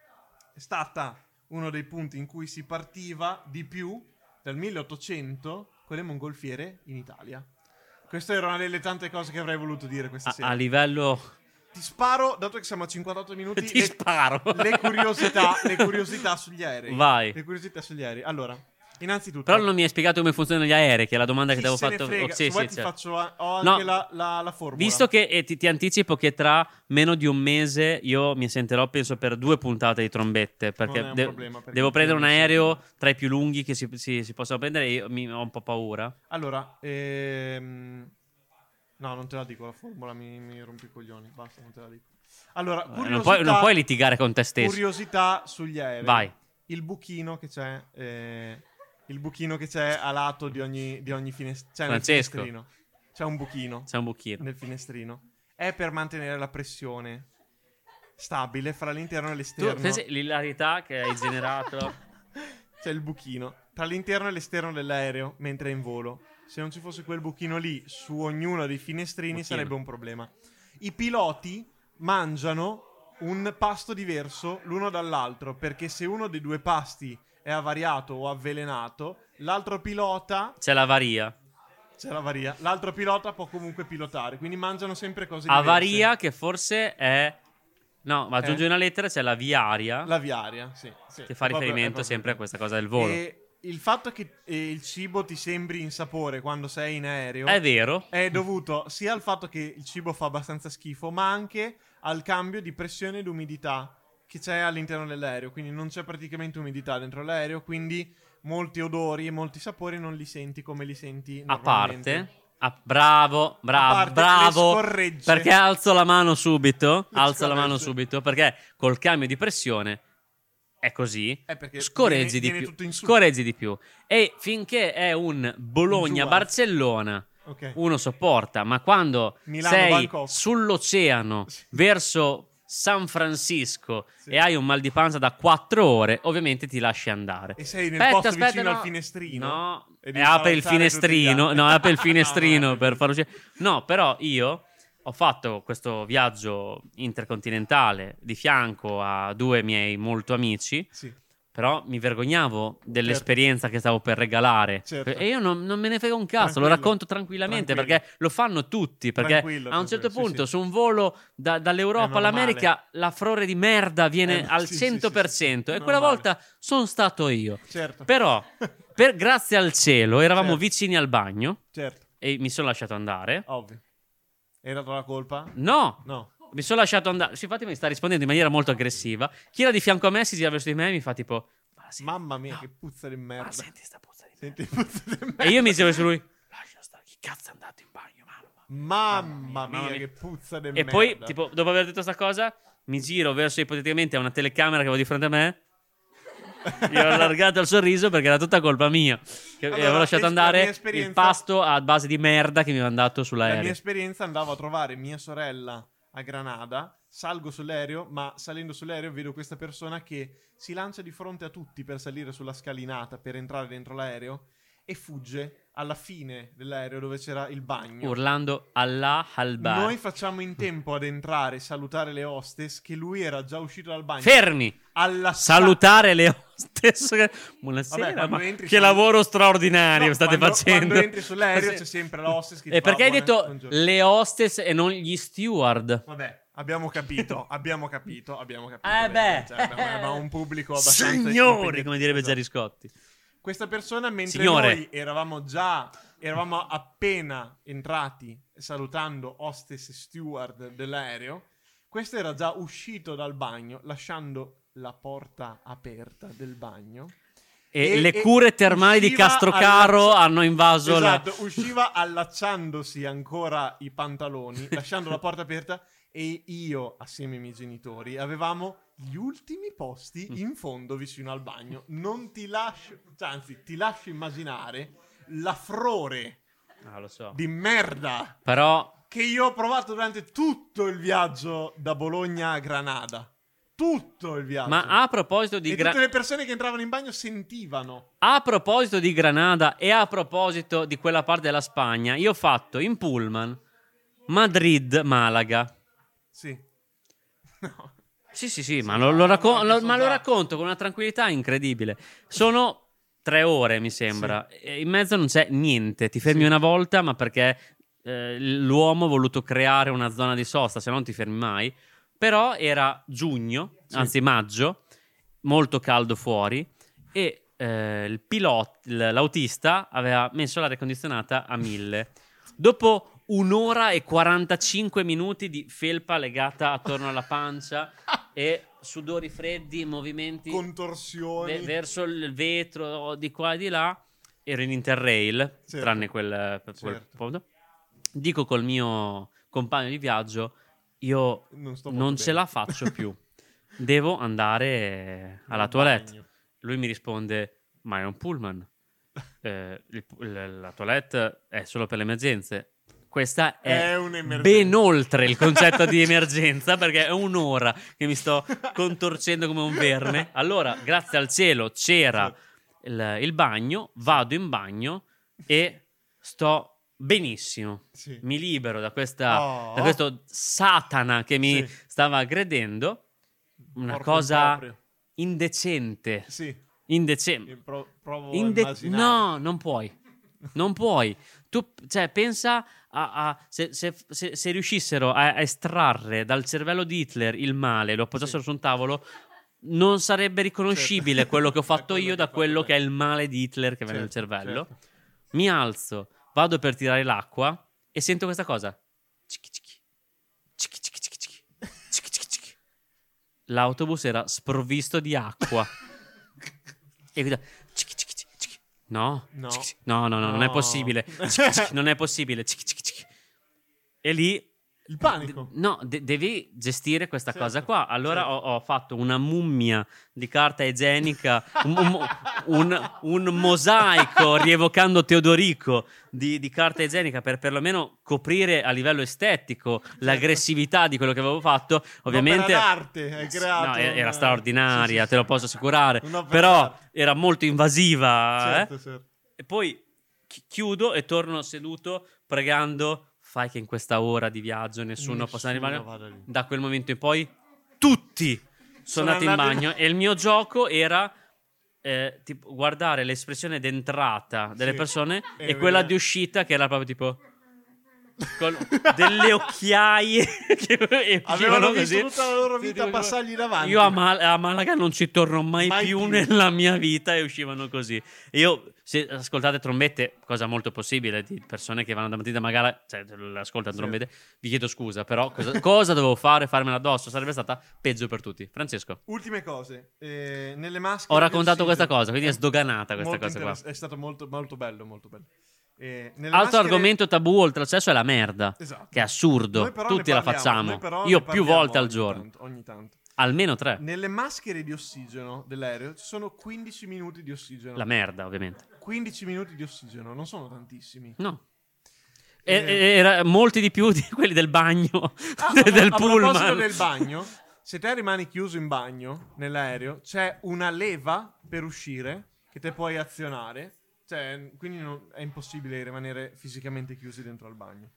uno dei punti in cui si partiva di più dal 1800 con le mongolfiere in Italia. Questa era una delle tante cose che avrei voluto dire questa sera. A livello ti sparo, dato che siamo a 58 minuti, Ti sparo. le curiosità sugli aerei. Vai. Le curiosità sugli aerei. Allora, innanzitutto... Però non mi hai spiegato come funzionano gli aerei, che è la domanda che chi ti avevo se ne fatto. frega? Se vuoi ti certo. faccio ho No, anche la formula. Visto che ti anticipo che tra meno di un mese io mi sentirò, penso, per 2 puntate di trombette, perché Non è un problema, perché devo prendere un io mi aereo sento- tra i più lunghi che si possono prendere e io ho un po' paura. Allora, no, non te la dico la formula, mi rompi i coglioni. Basta, non te la dico. Allora, Non puoi litigare con te stesso. Curiosità sugli aerei. Vai. Il buchino che c'è... il buchino che c'è a lato di ogni finestrino. Cioè nel Francesco. finestrino. C'è un buchino C'è un buchino. nel finestrino. È per mantenere la pressione stabile fra l'interno e Tu l'esterno. pensi l'ilarità che hai generato? C'è il buchino tra l'interno e l'esterno dell'aereo mentre è in volo. Se non ci fosse quel buchino lì su ognuno dei finestrini Buchino. sarebbe un problema. I piloti mangiano un pasto diverso l'uno dall'altro, perché se uno dei due pasti è avariato o avvelenato, l'altro pilota C'è l'avaria. c'è l'avaria. L'altro pilota può comunque pilotare, quindi mangiano sempre cose diverse. Avaria che forse è... No, ma aggiungi una lettera, c'è la viaria, La viaria, sì. che fa riferimento sempre a questa cosa del volo. E il fatto che il cibo ti sembri insapore quando sei in aereo È vero. è dovuto sia al fatto che il cibo fa abbastanza schifo, ma anche al cambio di pressione ed umidità che c'è all'interno dell'aereo. Quindi non c'è praticamente umidità dentro l'aereo, quindi molti odori e molti sapori non li senti come li senti A normalmente. parte... bravo, parte bravo. le scorregge. Perché alzo la mano subito. Le Alzo la mano scorregge. subito. Perché col cambio di pressione è così. Perché Scorreggi viene di tutto più. in su. Scorreggi di più. E finché è un Bologna-Barcellona, Ok. uno sopporta. Ma quando Milano, sei Bangkok. sull'oceano Sì. verso San Francisco Sì. e hai un mal di pancia da 4 ore, ovviamente ti lasci andare. E sei nel posto vicino no. al finestrino. No, E e devi apre il far alzare tutti gli finestrino. altri. No, apre il No, finestrino no, per far uscire. No, però io ho fatto questo viaggio intercontinentale di fianco a 2 miei molto amici. Sì. Però mi vergognavo dell'esperienza che stavo per regalare. Certo. E io non me ne frega un cazzo, Tranquillo. lo racconto tranquillamente Tranquillo. perché lo fanno tutti. Perché Tranquillo, a un certo tranquillo, punto, sì. su un volo dall'Europa È normale. all'America, la frore di merda viene Ma al sì, 100%. sì, sì. E quella Normale. volta sono stato io. Certo. Però, grazie al cielo, eravamo Certo. vicini al bagno Certo, e mi sono lasciato andare. ovvio. Era tua la colpa? No, No. mi sono lasciato andare. Sì, infatti mi sta rispondendo in maniera molto aggressiva. Chi era di fianco a me si gira verso di me e mi fa tipo... "Ma sì, Mamma mia, no. che puzza di Ma merda. senti sta puzza di merda." Senti il puzza di merda. E io mi giro verso lui. Lascia stare, chi cazzo è andato in bagno? Mamma Mamma mia, mia. che puzza di E merda. poi, tipo, dopo aver detto sta cosa, mi giro verso ipoteticamente una telecamera che avevo di fronte a me. Gli ho allargato il sorriso perché era tutta colpa mia. Che Allora, avevo lasciato la andare mia il esperienza- pasto a base di merda che mi aveva dato La sull'aereo. mia esperienza, andavo a trovare mia sorella a Granada, salgo sull'aereo, ma salendo sull'aereo vedo questa persona che si lancia di fronte a tutti per salire sulla scalinata, per entrare dentro l'aereo, e fugge alla fine dell'aereo dove c'era il bagno. Urlando Allah al-Bar. Noi facciamo in tempo ad entrare e salutare le hostess, che lui era già uscito dal bagno. Fermi! Alla Salutare le hostess. Buonasera, Vabbè, quando ma entri che su- lavoro straordinario No, state quando- facendo. Quando entri sull'aereo Sì. c'è sempre la hostess che E ti fa perché hai detto buongiorno. le hostess e non gli steward? Vabbè, abbiamo capito. Beh. Cioè, abbiamo un pubblico abbastanza Signori, impegnativo. come direbbe Esatto. Gerry Scotti. Questa persona, mentre Signore. noi eravamo appena entrati salutando hostess e steward dell'aereo, questo era già uscito dal bagno, lasciando la porta aperta del bagno. E E- le e cure termali di usciva Castrocaro hanno invaso Esatto, usciva allacciandosi ancora i pantaloni, lasciando la porta aperta, e io, assieme ai miei genitori, avevamo gli ultimi posti in fondo vicino al bagno. Non ti lascio, cioè, anzi, ti lascio immaginare l'affrore Lo so. di merda Però che io ho provato durante tutto il viaggio da Bologna a Granada. Tutto il viaggio. ma a proposito di e tutte le persone che entravano in bagno sentivano. a proposito di Granada e a proposito di quella parte della Spagna, io ho fatto in pullman Madrid-Malaga. Sì. No. Sì, ma lo sono racconto con una tranquillità incredibile. Sono 3 ore, mi sembra. E in mezzo non c'è niente. Ti fermi Sì. una volta, ma perché l'uomo ha voluto creare una zona di sosta, se no non ti fermi mai. Però era giugno, anzi maggio, molto caldo fuori, e l'autista aveva messo l'aria condizionata a 1000. Dopo 1 ora e 45 minuti di felpa legata attorno alla pancia e sudori freddi, movimenti, contorsioni verso il vetro di qua e di là, ero in Interrail, Certo. tranne quel punto. Dico col mio compagno di viaggio, io non ce la faccio più, devo andare alla toilette. bagno. Lui mi risponde, ma è un pullman, la toilette è solo per le emergenze. Questa è un'emergenza. ben oltre il concetto di emergenza, perché è 1 ora che mi sto contorcendo come un verme. Allora, grazie al cielo c'era il bagno, vado in bagno e sto benissimo. Sì. Mi libero da questo Satana che mi stava aggredendo. Una Porco cosa improprio. indecente. Sì. Indecente. Provo a immaginare. No, non puoi. Non puoi. Tu, cioè, pensa se riuscissero a estrarre dal cervello di Hitler il male, lo appoggiassero su un tavolo, non sarebbe riconoscibile quello che ho fatto io da quello che è il male di Hitler che va nel cervello. Certo. Mi alzo, vado per tirare l'acqua e sento questa cosa. Cichi, cichi. Cichi, cichi, cichi, cichi. Cichi, cichi, cichi. L'autobus era sprovvisto di acqua. E guida, cichi, cichi, cichi, cichi. No, No. Cichi, cichi. No, non è possibile. Cichi, cichi, non è possibile. Cichi, cichi, cichi. E lì Il panico. no, devi gestire questa cosa qua. Allora ho fatto una mummia di carta igienica, un mosaico rievocando Teodorico di carta igienica per perlomeno coprire a livello estetico l'aggressività di quello che avevo fatto. Ovviamente Un'opera d'arte hai creato. no, era straordinaria, Sì. te lo posso assicurare. Un'opera Però d'arte. era molto invasiva. Certo. E poi chiudo e torno seduto pregando. Fai che in questa ora di viaggio nessuno possa arrivare. vada lì. Da quel momento in poi tutti sono andati in bagno e il mio gioco era tipo, guardare l'espressione d'entrata delle Sì. persone E e quella vedere. di uscita che era proprio tipo con delle occhiaie che Avevano uscivano visto così. tutta la loro vita passargli davanti. Io a Malaga non ci torno mai più nella mia vita e uscivano così. Io, se ascoltate trombette, cosa molto possibile di persone che vanno da mattina magari, cioè ascoltano trombette, vi chiedo scusa, però cosa dovevo fare? Farmela addosso? Sarebbe stata peggio per tutti. Francesco, Ultime cose. Nelle maschere ho raccontato di questa ossigeno. cosa, quindi è sdoganata questa Molto cosa qua. È stato molto, molto bello, molto bello. Nelle Altro maschere- argomento tabù oltre al sesso è la merda, Esatto. che è assurdo. Noi però Tutti ne la parliamo, facciamo. noi però Io ne più parliamo volte al ogni giorno. ogni tanto. Almeno 3. Nelle maschere di ossigeno dell'aereo ci sono 15 minuti di ossigeno. La merda, ovviamente. 15 minuti di ossigeno, non sono tantissimi. No. Era molti di più di quelli del bagno del A pullman. proposito del bagno, se te rimani chiuso in bagno nell'aereo, c'è una leva per uscire che te puoi azionare. Cioè, quindi è impossibile rimanere fisicamente chiusi dentro al bagno.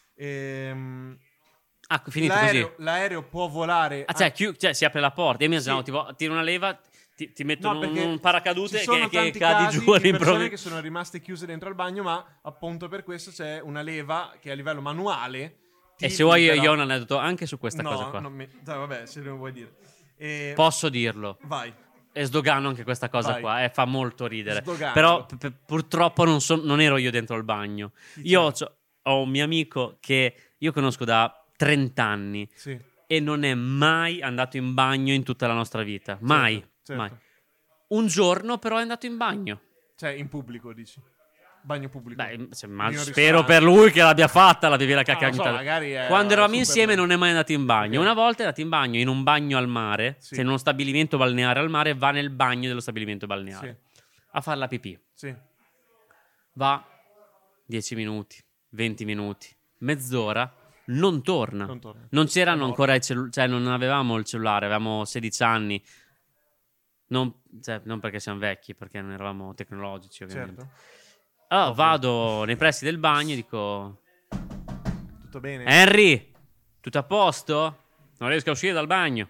Finito così. L'aereo può volare. Cioè, si apre la porta. Io mi immaginavo, Sì. tipo, tiro una leva, ti mettono No, perché un paracadute ci sono che tanti cadi casi giù di persone all'improvviso. che sono rimaste chiuse dentro al bagno, ma appunto per questo c'è una leva che a livello manuale ti E se vuoi libera. io ho un aneddoto anche su questa cosa qua. Dai, vabbè, se non vuoi dire. Posso dirlo. Vai. E sdogano anche questa cosa Vai. qua, fa molto ridere. Sdogano. Però purtroppo non ero io dentro il bagno. Io ho un mio amico che io conosco da 30 anni Sì. e non è mai andato in bagno in tutta la nostra vita. Mai. Certo. Mai. Un giorno però è andato in bagno. Cioè, in pubblico, dici. Bagno pubblico. Beh, Di un spero ristorante. per lui che l'abbia fatta la bevera cacca. non so, magari è Quando eravamo super insieme bello. non è mai andato in bagno. Ok. Una volta è andato in bagno in un bagno al mare. Sì. Se in uno stabilimento balneare al mare, va nel bagno dello stabilimento balneare a fare la pipì. Sì. Va 10 minuti, 20 minuti, mezz'ora, non torna. Non torna. Non c'erano È morto. ancora i cellulari, cioè non avevamo il cellulare, avevamo 16 anni. Non perché siamo vecchi, perché non eravamo tecnologici, ovviamente. Certo. Allora vado nei pressi del bagno e dico: Tutto bene? Henry, tutto a posto? Non riesco a uscire dal bagno.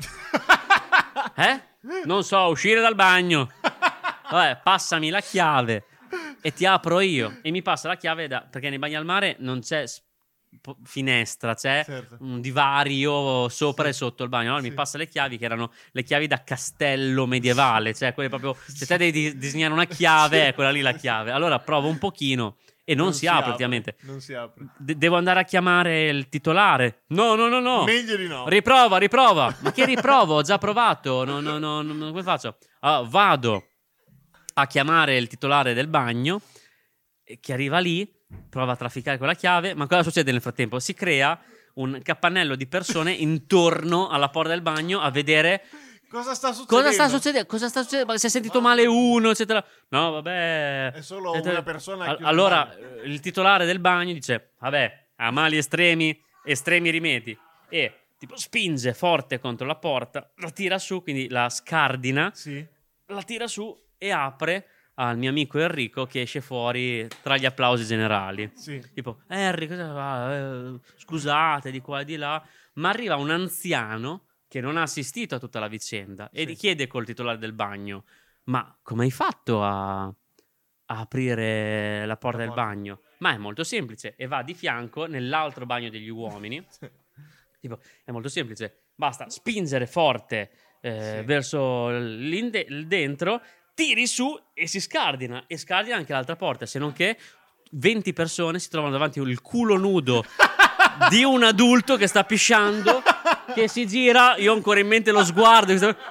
Non so, uscire dal bagno. Vabbè, passami la chiave e ti apro io. E mi passa la chiave perché nei bagni al mare non c'è finestra, c'è Certo. un divario sopra Sì. e sotto il bagno. Allora Sì. mi passa le chiavi che erano le chiavi da castello medievale, cioè quelle proprio, se te devi disegnare una chiave, Sì. è quella lì la chiave. Allora provo un pochino e non si apre ovviamente. Non si apre. Devo andare a chiamare il titolare. No. Meglio di no. Riprova. Ma che riprovo? Ho già provato. No, come faccio? Allora, vado a chiamare il titolare del bagno che arriva lì, prova a trafficare con la chiave, ma cosa succede nel frattempo? Si crea un capannello di persone intorno alla porta del bagno a vedere Cosa sta succedendo? Cosa sta succedendo? Ma si è sentito male uno, eccetera. No, vabbè. È solo una persona chiusa in Allora, bagno. il titolare del bagno dice: vabbè, a mali estremi rimedi. E tipo spinge forte contro la porta, la tira su, quindi la scardina, Sì. la tira su e apre al mio amico Enrico che esce fuori tra gli applausi generali. Sì. Tipo, Harry, cosa fa? Scusate, di qua e di là. Ma arriva un anziano che non ha assistito a tutta la vicenda e Sì. gli chiede col titolare del bagno: ma come hai fatto a aprire la porta La del porta. bagno? Ma è molto semplice, e va di fianco nell'altro bagno degli uomini. Tipo, è molto semplice, basta spingere forte Sì. verso il dentro, tiri su e si scardina, e scardina anche l'altra porta, se non che 20 persone si trovano davanti il culo nudo di un adulto che sta pisciando, che si gira, io ho ancora in mente lo sguardo che sta...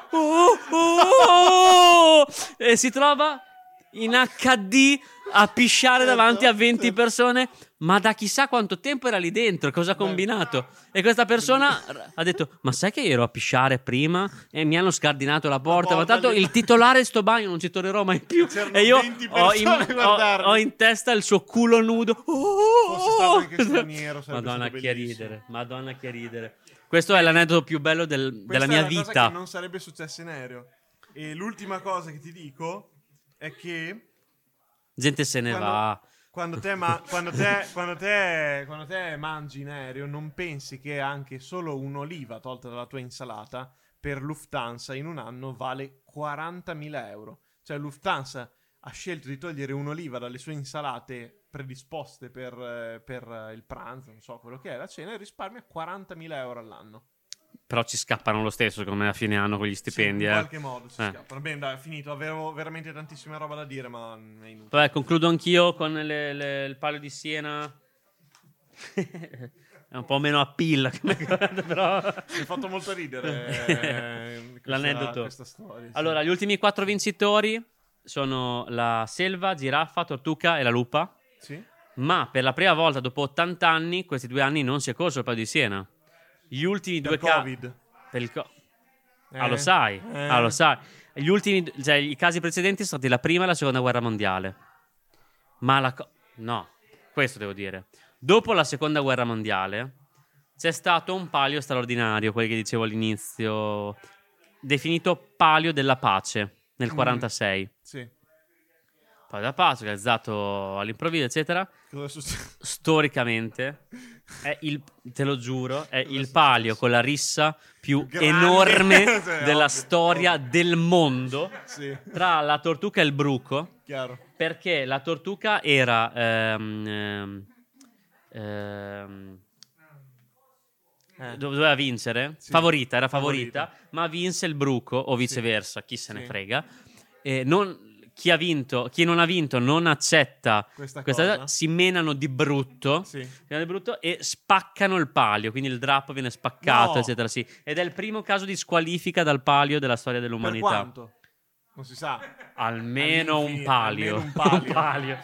e si trova in HD a pisciare Certo, davanti a 20 certo. persone, ma da chissà quanto tempo era lì dentro, cosa ha combinato. E questa persona ha detto: ma sai che io ero a pisciare prima e mi hanno scardinato la porta, ma tanto lì. il titolare di sto bagno non ci tornerò mai più. C'erano E io 20 persone a guardarmi. ho in testa il suo culo nudo. Fosse stato anche straniero, sarebbe Madonna, stato che bellissimo. ridere. Madonna, che ridere. Questo è l'aneddoto più bello della Questa mia è una cosa vita. che non sarebbe successa in aereo. E l'ultima cosa che ti dico è che Gente se ne va. quando te mangi in aereo, non pensi che anche solo un'oliva tolta dalla tua insalata per Lufthansa in un anno vale 40.000 euro. Cioè Lufthansa ha scelto di togliere un'oliva dalle sue insalate predisposte per il pranzo, non so quello che è, la cena, e risparmia 40.000 euro all'anno. Però ci scappano lo stesso, secondo me, a fine anno con gli stipendi. Sì, in qualche modo ci Eh. scappano. Bene, dai, è finito. Avevo veramente tantissima roba da dire, ma è inutile. Vabbè, concludo anch'io con il Palio di Siena. È un po' meno a pilla come cosa, però... Mi ha fatto molto ridere l'aneddoto. questa storia. Sì. Allora, gli ultimi 4 vincitori sono la selva, giraffa, tortuga e la lupa. Sì? Ma per la prima volta dopo 80 anni, questi 2 anni non si è corso il Palio di Siena. Gli ultimi Per 2 Covid. per il Eh, lo sai. Lo sai. Gli ultimi, cioè, i casi precedenti sono stati la prima e la seconda guerra mondiale. Ma no, questo devo dire. Dopo la seconda guerra mondiale c'è stato un palio straordinario, quello che dicevo all'inizio, definito Palio della Pace nel 46. Sì. Palio della Pace, realizzato all'improvviso, eccetera. Cosa è successo? Storicamente è te lo giuro, è Cosa è il palio successo? con la rissa più Grande. enorme Sì, della ovvio, storia ovvio. del mondo, Sì, tra la tortuga e il bruco, chiaro. perché la tortuga era doveva vincere, Sì, favorita, era favorita. favorita, ma vinse il bruco o viceversa, chi se ne Sì. frega. Chi non ha vinto non accetta Questa questa cosa. cosa, si menano di brutto, Sì. e spaccano il palio, quindi il drappo viene spaccato, No. eccetera, sì. Ed è il primo caso di squalifica dal palio della storia Per dell'umanità. quanto? Non si sa. Almeno un All'infinito, palio. almeno un palio. Un palio.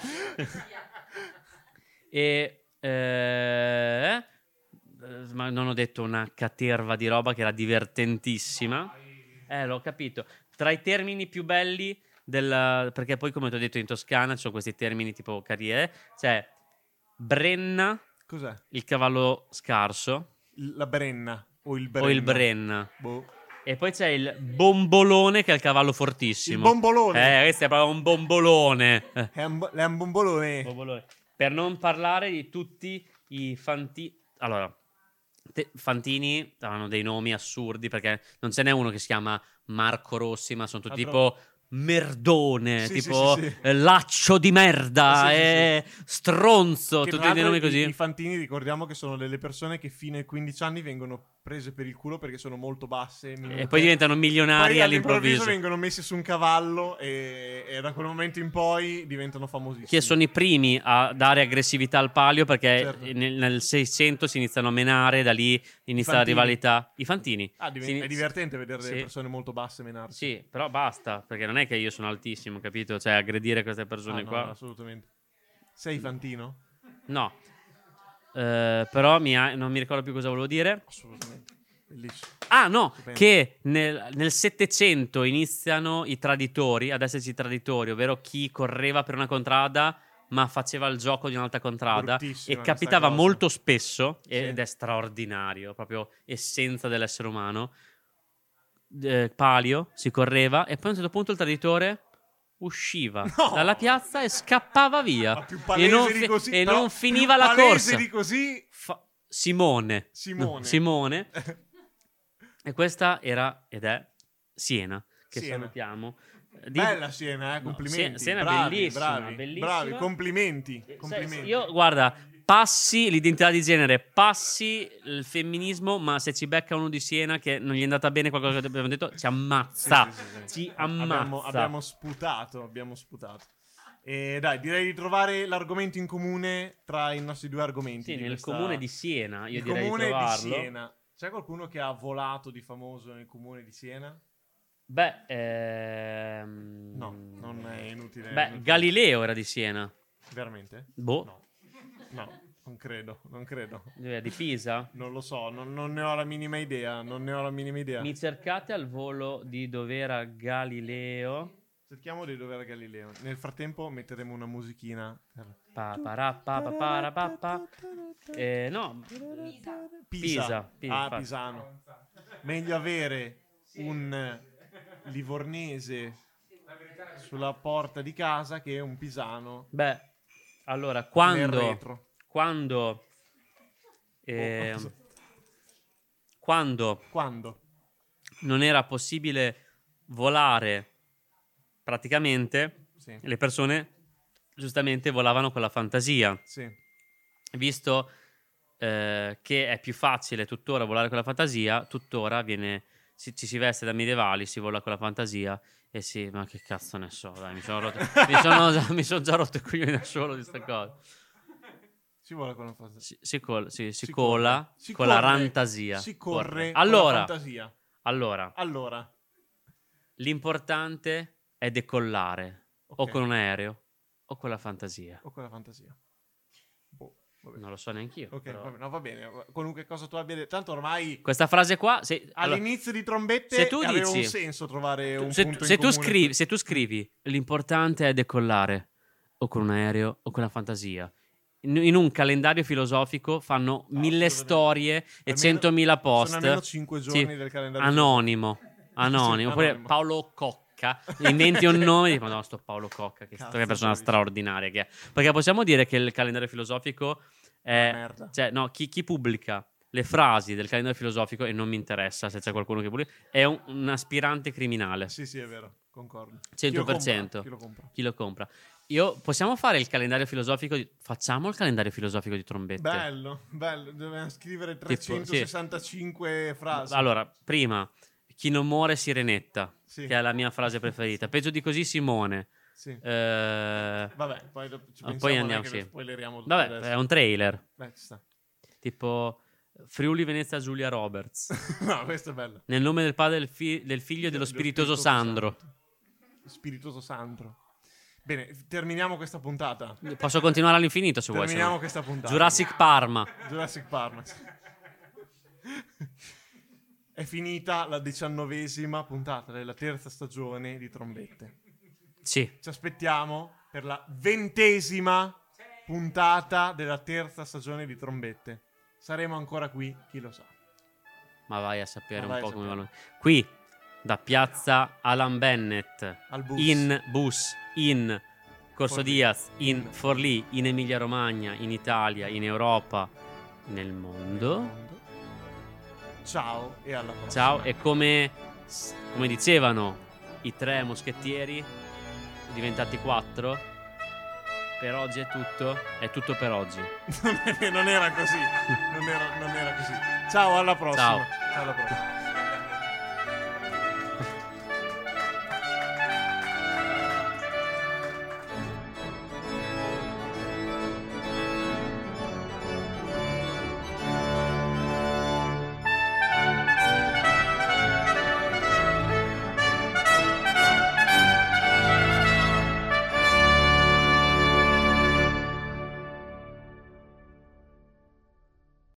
Ma non ho detto una caterva di roba che era divertentissima. L'ho capito. Tra i termini più belli perché poi, come ti ho detto, in Toscana ci sono questi termini tipo carriere. C'è Brenna, Cos'è? il cavallo scarso, La Brenna o il Brenna? o il Brenna. Boh. E poi c'è il bombolone, che è il cavallo fortissimo. Il bombolone. Questo è proprio un bombolone. È un bombolone. Bombolone. Per non parlare di tutti i fantini. Allora, fantini hanno dei nomi assurdi, perché non ce n'è uno che si chiama Marco Rossi, ma sono tutti tipo merdone, Sì, tipo sì, sì. laccio di merda, Sì, sì. stronzo, Che tutti tra dei l'altro nomi così. I fantini, ricordiamo che sono delle persone che fino ai 15 anni vengono prese per il culo perché sono molto basse, minute. E poi diventano milionari Poi all'improvviso all'improvviso. vengono messi su un cavallo e da quel momento in poi diventano famosissimi. Che sono i primi a dare aggressività al palio, perché Certo. nel 600 si iniziano a menare, da lì inizia la fantini. rivalità. I fantini. È divertente vedere delle persone molto basse menarsi. Sì, però basta, perché non è che io sono altissimo, capito? Cioè, aggredire queste persone no, qua. no, assolutamente. Sei fantino? No. Però non mi ricordo più cosa volevo dire. Assolutamente. Bellissimo. Ah, no, Stupendo. che nel 700 iniziano i traditori, ad esserci traditori, ovvero chi correva per una contrada ma faceva il gioco di un'altra contrada. Bruttissima E capitava questa cosa. molto spesso, Sì. ed è straordinario, proprio essenza dell'essere umano. Palio, si correva e poi a un certo punto il traditore usciva No! dalla piazza e scappava via. Ma più palese di così. E però non più finiva la palese corsa. di così. Simone. Simone. Simone. E questa era ed è Siena, che Siena. salutiamo. Bella Siena, complimenti. Siena è bravi, bellissima, bravi, bellissima. bravi, complimenti. Sai, complimenti. io, guarda, passi l'identità di genere, passi il femminismo, ma se ci becca uno di Siena che non gli è andata bene qualcosa che abbiamo detto, ci ammazza. Sì. Ci ammazza. Abbiamo sputato. E dai, direi di trovare l'argomento in comune tra i nostri due argomenti. Sì, di nel questa- comune di Siena, io il direi comune di trovarlo. di Siena. C'è qualcuno che ha volato di famoso nel comune di Siena? Beh, No, non è inutile. Beh, inutile. Galileo era di Siena. Veramente? Boh. No, non credo. Di Pisa. Non lo so, non ne ho la minima idea. Mi cercate al volo di dov'era Galileo. Cerchiamo di dove era Galileo. Nel frattempo metteremo una musichina. No, Pisa. infatti. Pisano. Meglio avere un livornese sulla porta di casa che un pisano Beh, allora, nel quando retro. Quando? non era possibile volare praticamente, Sì. le persone giustamente volavano con la fantasia. Sì. Visto che è più facile tuttora volare con la fantasia, tuttora ci si veste da medievali, si vola con la fantasia. E sì, ma che cazzo ne so, dai, mi sono già rotto i coglioni da solo di sta cosa. Si vola con la fantasia. Si cola Si con corre. la fantasia. Si corre Allora, con la fantasia. allora, l'importante è decollare o Ok. con un aereo o con la fantasia. O con la fantasia. Boh, vabbè. Non lo so neanche io. Ok, però. vabbè, no, va bene. Qualunque cosa tu abbia detto. Tanto ormai Questa frase qua, all'inizio di Trombette se tu aveva dici- un senso trovare un se, punto se in tu comune. se tu scrivi l'importante è decollare o con un aereo o con la fantasia, in un calendario filosofico fanno 1000 assolutamente. storie e Almeno- 100.000 post. Sono almeno 5 giorni Sì, del calendario. anonimo. Sì, Oppure anonimo. Paolo Cocca. Inventi un nome e dici, Madonna, sto Paolo Cocca, che Cazzo, che persona bravissimo. straordinaria che è. Perché possiamo dire che il calendario filosofico è... Merda. Cioè, no, chi pubblica le frasi del calendario filosofico, e non mi interessa se c'è qualcuno che pubblica, è un aspirante criminale. Sì, è vero, concordo. 100%. Chi lo compra? Chi lo compra? Possiamo fare il calendario filosofico facciamo il calendario filosofico di Trombette. Bello. Dobbiamo scrivere Tipo, 365 frasi. Allora, prima, chi non muore Sirenetta, Sì. che è la mia frase preferita. Peggio di così Simone. Sì. Vabbè, Poi dopo ci poi pensiamo, andiamo, non è che sì. lo spoileriamo tutto adesso. è un trailer. Beh, ci sta. Tipo Friuli Venezia Giulia Roberts. No, questo è bello. Nel nome del Padre, del Figlio e dello Spiritoso Sandro. Spiritoso Sandro. Bene, terminiamo questa puntata. Posso continuare all'infinito se vuoi. se Terminiamo no. questa puntata. Jurassic Parma. Jurassic Park. È finita la 19ª puntata della terza stagione di Trombette. Sì. Ci aspettiamo per la 20ª puntata della terza stagione di Trombette. Saremo ancora qui, chi lo sa. Ma vai a sapere Ma un vai a po' come sapere. vanno. Qui, da piazza Alan Bennett, Al bus. in bus, in Corso Forlì. Diaz, in Forlì, in Emilia Romagna, in Italia, in Europa, nel mondo. Ciao e alla prossima. Ciao, e come dicevano i 3 moschettieri diventati 4. Per oggi è tutto per oggi. Non era così. Non era così. Ciao, alla prossima. Ciao. Ciao, alla prossima.